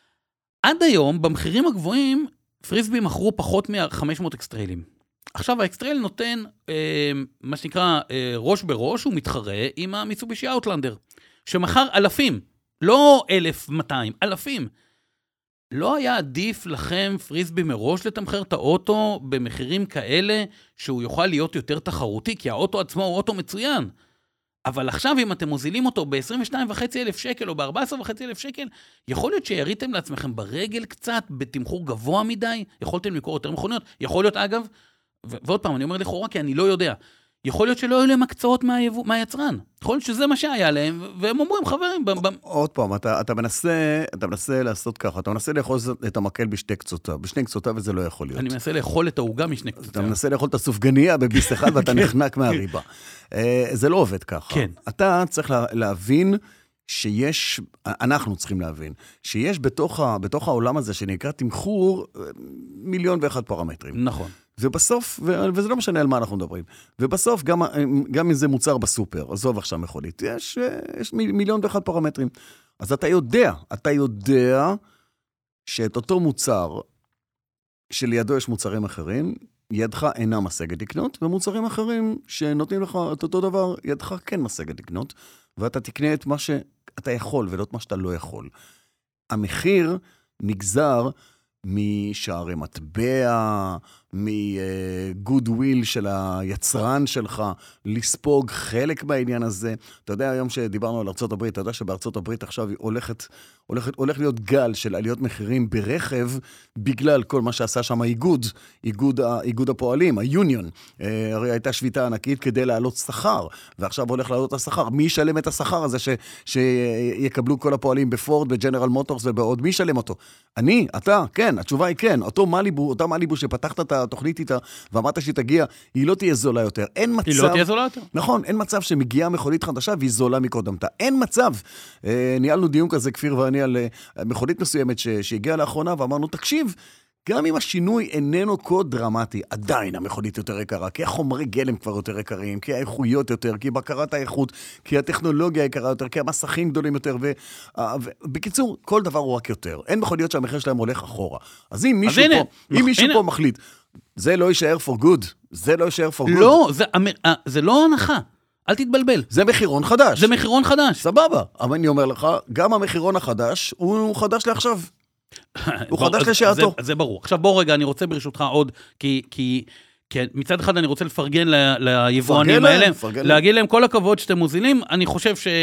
עד היום, במחירים הגבוהים, פריסבי מכרו פחות מ-חמש מאות אקסטריילים. עכשיו, האקסטרייל נותן, אה, מה שנקרא, אה, ראש בראש, הוא מתחרה עם המיצובישי אאוטלנדר, שמחר אלפים, לא אלף מאתיים, אלפים. לא היה עדיף לכם, פריסבי, מראש לתמחר את האוטו במחירים כאלה, שהוא יוכל להיות יותר תחרותי, כי האוטו עצמו הוא אוטו מצוין. אבל עכשיו, אם אתם מוזילים אותו ב-עשרים ושניים וחצי אלף שקל, או ב-ארבעה עשר וחצי אלף שקל, יכול להיות שיריתם לעצמכם ברגל קצת, בתמחור גבוה מדי, יכולתם לקרוא יותר מכוניות, יכול להיות, אגב, ועוד פעם, אני אומר לכאורה, כי אני לא יודע. יכול להיות שלא היו להם הקצאות מהיצרן. יכול להיות שזה מה שהיה להם, והם אומרים, חברים... עוד פעם, אתה מנסה, אתה מנסה לעשות ככה, אתה מנסה לאכול את המקל בשתי קצותיו, בשני קצותיו, וזה לא יכול להיות. אני מנסה לאכול את העוגה משני קצותיו. אתה מנסה לאכול את הסופגניה בביס אחד, ואתה נחנק מהריבה. זה לא עובד ככה. אתה צריך להבין שיש, אנחנו צריכים להבין, שיש בתוך, בתוך העולם הזה שנקרא תמחור מיליון ואחד פרמטרים. נכון. ובסוף, וזה לא משנה על מה אנחנו מדברים, ובסוף גם, גם אם זה מוצר בסופר, עזוב עכשיו מכונית, יש, יש מיליון ואחד פרמטרים. אז אתה יודע, אתה יודע שאת אותו מוצר, שלידו יש מוצרים אחרים, ידך אינה משגת לקנות, ומוצרים אחרים שנותנים לך את אותו דבר, ידך כן משגת לקנות, ואתה תקנה את מה שאתה יכול, ולא את מה שאתה לא יכול. המחיר נגזר משערי מטבע, מגוד וויל של היצרן שלך, לספוג חלק בעניין הזה. אתה יודע, היום שדיברנו על ארצות הברית, אתה יודע שבארצות הברית עכשיו הולכת, הולכת, הולך להיות גל של עליות מחירים ברכב, בגלל כל מה שעשה שם האיגוד, איגוד, איגוד הפועלים, היוניון. הרי הייתה שביתה ענקית כדי לעלות שכר, ועכשיו הולך לעלות השכר. מי ישלם את השכר הזה ש, שיקבלו כל הפועלים בפורד, בג'נרל מוטורס ובעוד? מי ישלם אותו? אני, אתה, כן, התשובה היא כן. אותו מליבו, אותה מליבו שפתחת את התוכנית איתה, ואמרת שהיא תגיע, היא לא תהיה זולה יותר. אין מצב... היא לא תהיה זולה יותר. נכון, אין מצב שמגיעה מכונית חדשה והיא זולה מקודמתה. אין מצב. אה, ניהלנו דיון כזה, כפיר ואני, על אה, מכונית מסוימת ש, שהגיעה לאחרונה, ואמרנו, תקשיב, גם אם השינוי איננו קוד דרמטי, עדיין המכונית יותר יקרה, כי החומרי גלם כבר יותר יקרים, כי האיכויות יותר, כי בקרת האיכות, כי הטכנולוגיה יקרה יותר, כי המסכים גדולים יותר, ובקיצור, כל דבר הוא רק יותר. אין מכוניות שהמחיר שלהם הולך אחורה. אז אם מישהו, אז פה, הנה, אם מישהו פה מחליט, זה לא יישאר for good, זה לא יישאר for good. לא, זה, זה לא הנחה. אל תתבלבל. זה מחירון חדש. זה מחירון חדש. סבבה. אבל אני אומר לך, גם המחירון החדש הוא חדש לעכשיו. הוא חדש לשעתו. זה, זה ברור. עכשיו בוא רגע, אני רוצה ברשותך עוד, כי, כי, כי מצד אחד אני רוצה לפרגן ל, ליבואנים האלה, להגיד להם כל הכבוד שאתם מוזילים, אני חושב ש...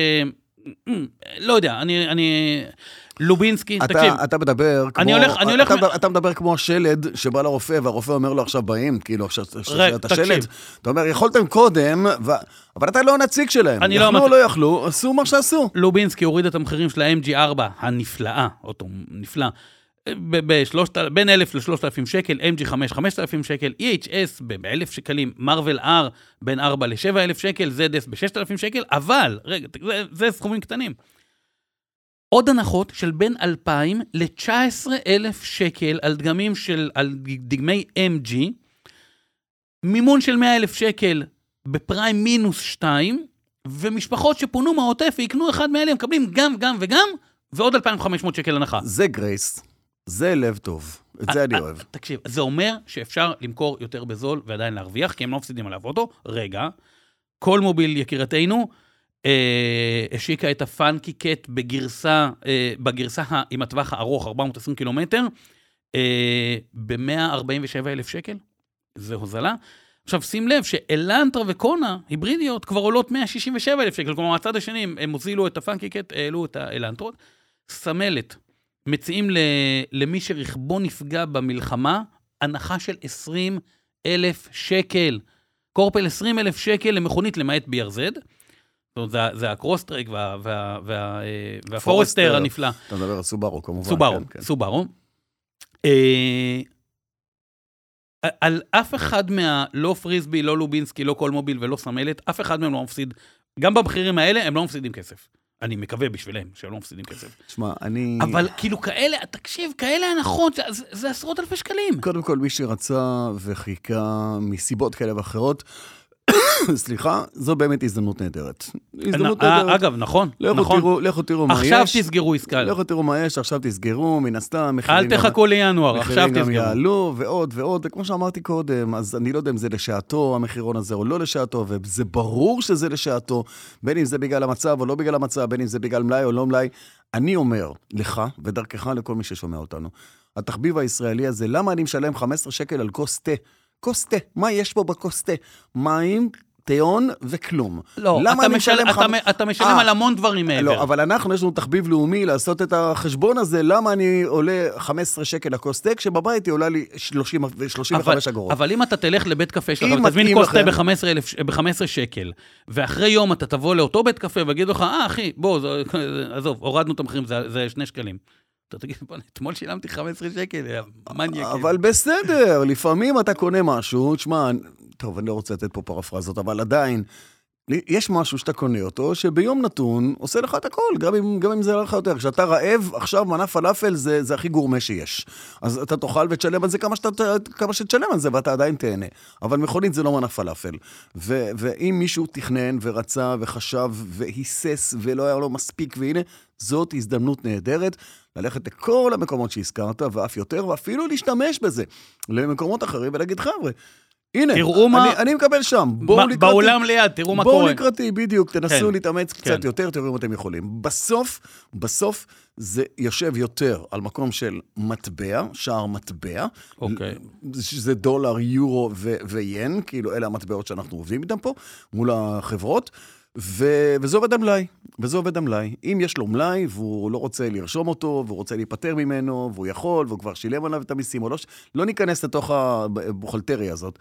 לא יודע, אני... אני... לובינסקי, אתה, תקשיב. אתה מדבר כמו... אני הולך, אני הולך... אתה, אתה מדבר כמו השלד שבא לרופא, והרופא אומר לו עכשיו באים, כאילו עכשיו אתה שלד. אתה אומר, יכולתם קודם, ו... אבל אתה לא נציג שלהם. יכלו או לא יכלו, עשו מה שעשו. לובינסקי הוריד את המחירים של ה-אם ג'י ארבע, הנפלאה, אותו נפלא, בין אלף ל-שלושת אלפים שקל, אם ג'י חמש, חמשת אלפים שקל, אי אייץ' אס ב-אלף שקלים, מרוול R בין ארבע ל-שבע אלף שקל, זד אס ב-ששת אלפים שקל, אבל, רגע, זה, זה סכומים קטנים. עוד הנחות של בין אלפיים ל-תשע עשרה אלף שקל על דגמים של, על דגמי אם ג'י, מימון של מאה אלף שקל בפריים מינוס שתיים, ומשפחות שפונו מהעוטף ויקנו אחד מאלה, מקבלים גם, גם וגם, ועוד אלפיים וחמש מאות שקל הנחה. זה גרייס, זה לב טוב, את זה אני אוהב. תקשיב, זה אומר שאפשר למכור יותר בזול ועדיין להרוויח, כי הם לא מפסידים עליו אותו. רגע, כל מוביל יקירתנו, אה, השיקה את הפאנקי קט בגרסה, אה, בגרסה עם הטווח הארוך, ארבע מאות ועשרים קילומטר, אה, ב-מאה ארבעים ושבעה אלף שקל. זה הוזלה. עכשיו, שים לב שאלנטרה וקונה, היברידיות, כבר עולות מאה שישים ושבעה אלף שקל. כלומר, הצד השני, הם הוזילו את הפאנקי קט, העלו את האלנטרות. סמלת, מציעים למי שרכבו נפגע במלחמה, הנחה של עשרים אלף שקל. קורפל עשרים אלף שקל למכונית למעט בי אר זד. זה, זה הקרוסטרק וה, וה, וה, והפורסטר הנפלא. אתה מדבר על סובארו, כמובן. סובארו, כן, כן. סובארו. אה, על אף אחד מה, לא פריסבי, לא לובינסקי, לא כל מוביל ולא סמלת, אף אחד מהם לא מפסיד, גם במחירים האלה הם לא מפסידים כסף. אני מקווה בשבילם שהם לא מפסידים כסף. תשמע, אני... אבל כאילו כאלה, תקשיב, כאלה הנחות, זה, זה עשרות אלפי שקלים. קודם כל, מי שרצה וחיכה מסיבות כאלה ואחרות, סליחה, זו באמת הזדמנות נהדרת. הזדמנות נהדרת. אגב, נכון, לכו נכון. תראו, לכו תראו מה יש. עכשיו תסגרו עסקה. לכו תראו מה יש, עכשיו תסגרו, מן הסתם. אל תחכו לינואר, עכשיו תסגרו. מחירים גם יעלו, ועוד ועוד, וכמו שאמרתי קודם, אז אני לא יודע אם זה לשעתו, המחירון הזה, או לא לשעתו, וזה ברור שזה לשעתו, בין אם זה בגלל המצב או לא בגלל המצב, בין אם זה בגלל מלאי או לא מלאי. אני אומר לך, ודרכך לכל מי ששומע אותנו, התחביב הישראלי הזה, למה אני משלם חמישה עשר שקל על כוס תה? כוס תה, מה יש פה בכוס תה? מים, תיון וכלום. לא, אתה משלם, אתה, חמ... אתה משלם על המון דברים מעבר. לא, אבל אנחנו, יש לנו תחביב לאומי לעשות את החשבון הזה, למה אני עולה חמישה עשר שקל לכוס תה, כשבבית היא עולה לי שלושים וחמש אגורות. אבל אם אתה תלך לבית קפה שלך, ותזמין כוס תה ב-חמישה עשר שקל, ואחרי יום אתה תבוא לאותו בית קפה, ויגיד לך, אה, אחי, בוא, עזוב, הורדנו את המחירים, זה, זה שני שקלים. אתה תגיד, בוא, אתמול שילמתי חמישה עשר שקל, מניאק. אבל בסדר, לפעמים אתה קונה משהו, תשמע, טוב, אני לא רוצה לתת פה פרפרזות, אבל עדיין, יש משהו שאתה קונה אותו, שביום נתון עושה לך את הכל, גם אם, גם אם זה לך יותר. כשאתה רעב, עכשיו מנה פלאפל זה, זה הכי גורמה שיש. אז אתה תאכל ותשלם על זה כמה, שאתה, כמה שתשלם על זה, ואתה עדיין תהנה. אבל מכונית זה לא מנה פלאפל. ו, ואם מישהו תכנן ורצה וחשב והיסס ולא היה לו מספיק, והנה, זאת הזדמנות נהדרת, ללכת לכל המקומות שהזכרת, ואף יותר, ואפילו להשתמש בזה למקומות אחרים, ולהגיד, חבר'ה, הנה, אני, מה... אני מקבל שם. בואו לקראתי. בעולם ליד, תראו מה קורה. בואו לקראתי, בדיוק, תנסו כן, להתאמץ כן. קצת יותר, תראו אם אתם יכולים. בסוף, בסוף, זה יושב יותר על מקום של מטבע, שער מטבע. אוקיי. זה דולר, יורו ו- ויין, כאילו אלה המטבעות שאנחנו עובדים איתם פה, מול החברות. ו- וזה עובד המלאי, וזה עובד המלאי. אם יש לו מלאי, והוא לא רוצה לרשום אותו, והוא רוצה להיפטר ממנו, והוא יכול, והוא כבר שילם עליו את המיסים, או לא, לא ניכנס לתוך הבוכלטריה הזאת.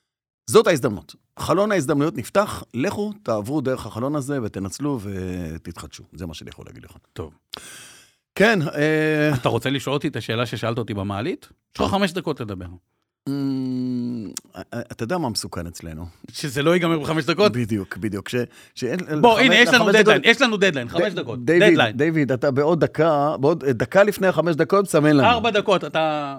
זאת ההזדמנות. חלון ההזדמנויות נפתח, לכו, תעברו דרך החלון הזה, ותנצלו ותתחדשו. זה מה שאני יכול להגיד לך. טוב. כן. אתה רוצה לשאול אותי את השאלה ששאלת אותי במעלית? יש לך חמש דקות לדבר. אתה יודע מה מסוכן אצלנו? שזה לא ייגמר בחמש דקות? בדיוק, בדיוק. בוא, הנה, יש לנו דדליין, יש לנו דדליין, חמש דקות. דדליין. דיוויד, אתה בעוד דקה, בעוד דקה לפני החמש דקות, סמן לנו. ארבע דקות, אתה...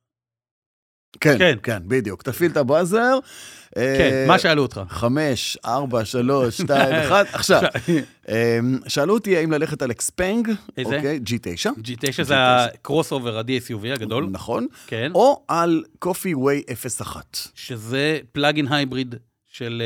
כן, כן, בדיוק. תפעיל את הבאזר. כן, מה שאלו אותך? חמש, ארבע, שלוש, שתיים, אחת. עכשיו, שאלו אותי האם ללכת על אקספנג, אוקיי, ג'י תשע. ג'י תשע זה הקרוס אובר, ה-די אס יו וי הגדול. נכון. כן. או על קופי ווי אפס אחת. שזה פלאגין הייבריד של...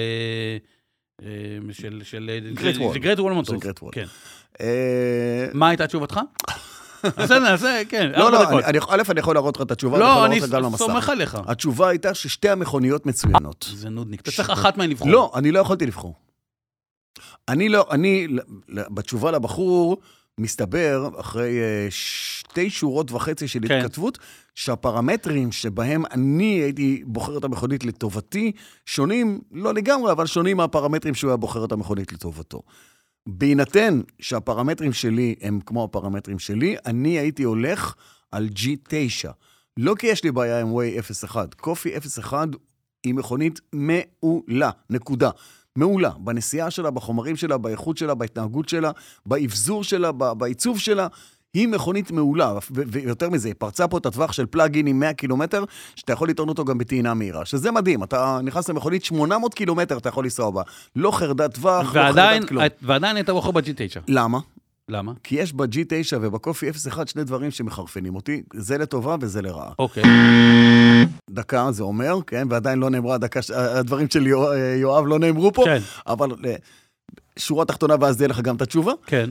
של... גרייט וול. זה גרייט וול מוטורס. זה גרייט וול. כן. מה הייתה תשובתך? אז נעשה, כן, לא, לא, א', אני יכול להראות לך את התשובה. לא, אני סומך עליך. התשובה הייתה ששתי המכוניות מצוינות. זה נודניק, אתה צריך אחת מהן לבחור. לא, אני לא יכולתי לבחור. אני לא, אני, בתשובה לבחור, מסתבר, אחרי שתי שורות וחצי של התכתבות, שהפרמטרים שבהם אני הייתי בוחר את המכונית לטובתי, שונים, לא לגמרי, אבל שונים מהפרמטרים שהוא היה בוחר את המכונית לטובתו. בהינתן שהפרמטרים שלי הם כמו הפרמטרים שלי, אני הייתי הולך על ג'י תשע. לא כי יש לי בעיה עם ווי אפס אחת. קופי אפס אחת היא מכונית מעולה, נקודה. מעולה, בנסיעה שלה, בחומרים שלה, באיכות שלה, בהתנהגות שלה, באבזור שלה, בעיצוב שלה, היא מכונית מעולה, ויותר מזה, היא פרצה פה את הטווח של פלאגין עם מאה קילומטר, שאתה יכול לטעון אותו גם בטעינה מהירה, שזה מדהים, אתה נכנס למכונית שמונה מאות קילומטר, אתה יכול לנסוע בה, לא חרדת טווח, לא חרדת כלום. ועדיין אתה בוחר ב-ג'י תשע. למה? למה? כי יש ב-ג'י תשע ובקופי אפס אחת שני דברים שמחרפנים אותי, זה לטובה וזה לרעה. אוקיי. דקה, זה אומר, כן, ועדיין לא נאמרו הדקה, הדברים של יואב לא נאמרו פה, כן. אבל שורה תחתונה, ואז תהיה לך גם את התשובה. כן.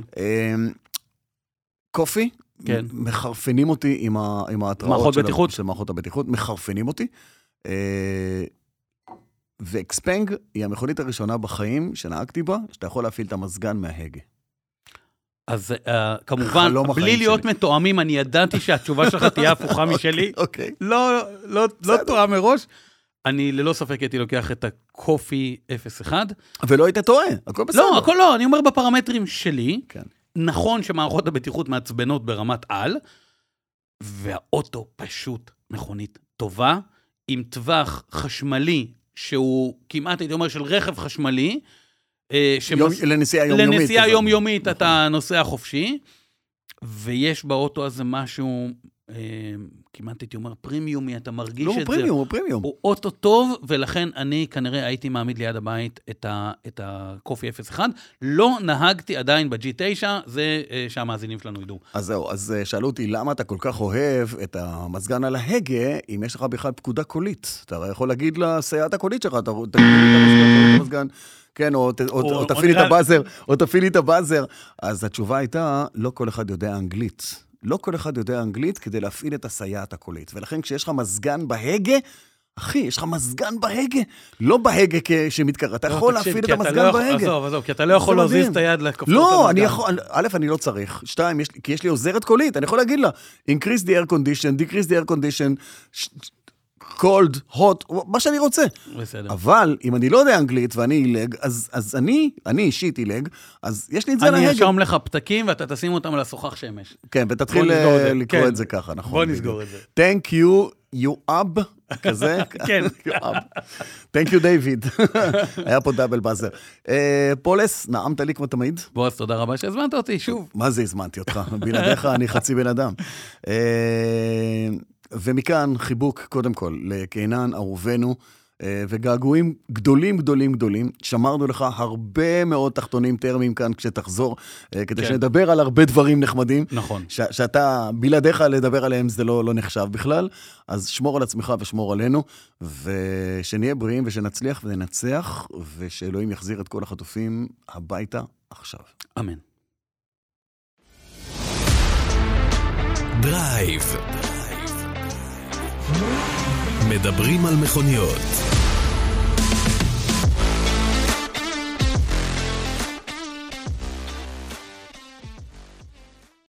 קופי, כן. מחרפנים אותי עם, ה, עם ההתראות מערכות של, בטיחות. של מערכות הבטיחות, מחרפנים אותי. ואקספנג היא המכונית הראשונה בחיים שנהגתי בה, שאתה יכול להפעיל את המזגן מההגה. אז uh, כמובן, בלי להיות שלי. מתואמים, אני ידעתי שהתשובה שלך תהיה הפוכה משלי. אוקיי. לא, לא, לא תואם מראש. אני ללא ספק הייתי לוקח את הקופי אפס אחת. ולא היית טועה, הכל בסדר. לא, הכל לא, אני אומר בפרמטרים שלי. כן. נכון שמערכות הבטיחות מעצבנות ברמת על, והאוטו פשוט מכונית טובה, עם טווח חשמלי, שהוא כמעט, הייתי אומר, של רכב חשמלי, שמס... לנסיעה יומיומית. לנסיעה יומיומית אתה נוסע חופשי, ויש באוטו הזה משהו, כמעט הייתי אומר, פרימיומי, אתה מרגיש לא, את הוא פרימיום, זה. הוא פרימיום. הוא אוטו טוב, ולכן אני כנראה הייתי מעמיד ליד הבית את, ה, את הקופי אפס אחת. לא נהגתי עדיין ב-ג'י תשע, זה שהמאזינים שלנו ידעו. אז זהו, אז שאלו אותי, למה אתה כל כך אוהב את המזגן על ההגה, אם יש לך בכלל פקודה קולית? אתה יכול להגיד לסייעת הקולית שלך, אתה תגיד את המזגן, כן, או, או, או, או תפעיל את הבאזר, או תפעיל את הבאזר. אז התשובה הייתה, לא כל אחד יודע אנגלית. לא כל אחד יודע אנגלית כדי להפעיל את הסייעת הקולית. ולכן כשיש לך מזגן בהגה, אחי, יש לך מזגן בהגה, לא בהגה שמתקרא, אתה יכול להפעיל את המזגן בהגה. עזוב, עזוב, כי אתה לא יכול להזיז את היד לכפות המזגן. לא, אני יכול, א', אני לא צריך, שתיים, כי יש לי עוזרת קולית, אני יכול להגיד לה, increase the air condition, decrease the air condition, cold, hot, מה שאני רוצה. בסדר. אבל אם אני לא יודע אנגלית ואני אילג, אז, אז אני, אני אישית אילג, אז יש לי את זה להגה. אני ארשום לך פתקים ואתה תשים אותם על הסוכח שמש. כן, ותתחיל לקרוא את זה ככה, נכון. בוא נסגור את זה. Thank you, יואב, כזה. כן. Thank you, דיוויד. היה פה דאבל באזר. פולס, נעמת לי כמו תמיד. בועז, תודה רבה שהזמנת אותי, שוב. מה זה הזמנתי אותך? בלעדיך אני חצי בן אדם. ומכאן חיבוק קודם כל לקינן אהובנו, וגעגועים גדולים גדולים גדולים. שמרנו לך הרבה מאוד תחתונים טרמיים כאן כשתחזור, כדי שנדבר על הרבה דברים נחמדים. נכון. שאתה בלעדיך לדבר עליהם זה לא, לא נחשב בכלל. אז שמור על עצמך ושמור עלינו, ושנהיה בריאים ושנצליח וננצח, ושאלוהים יחזיר את כל החטופים הביתה עכשיו. אמן. דרייב. מדברים על מכוניות.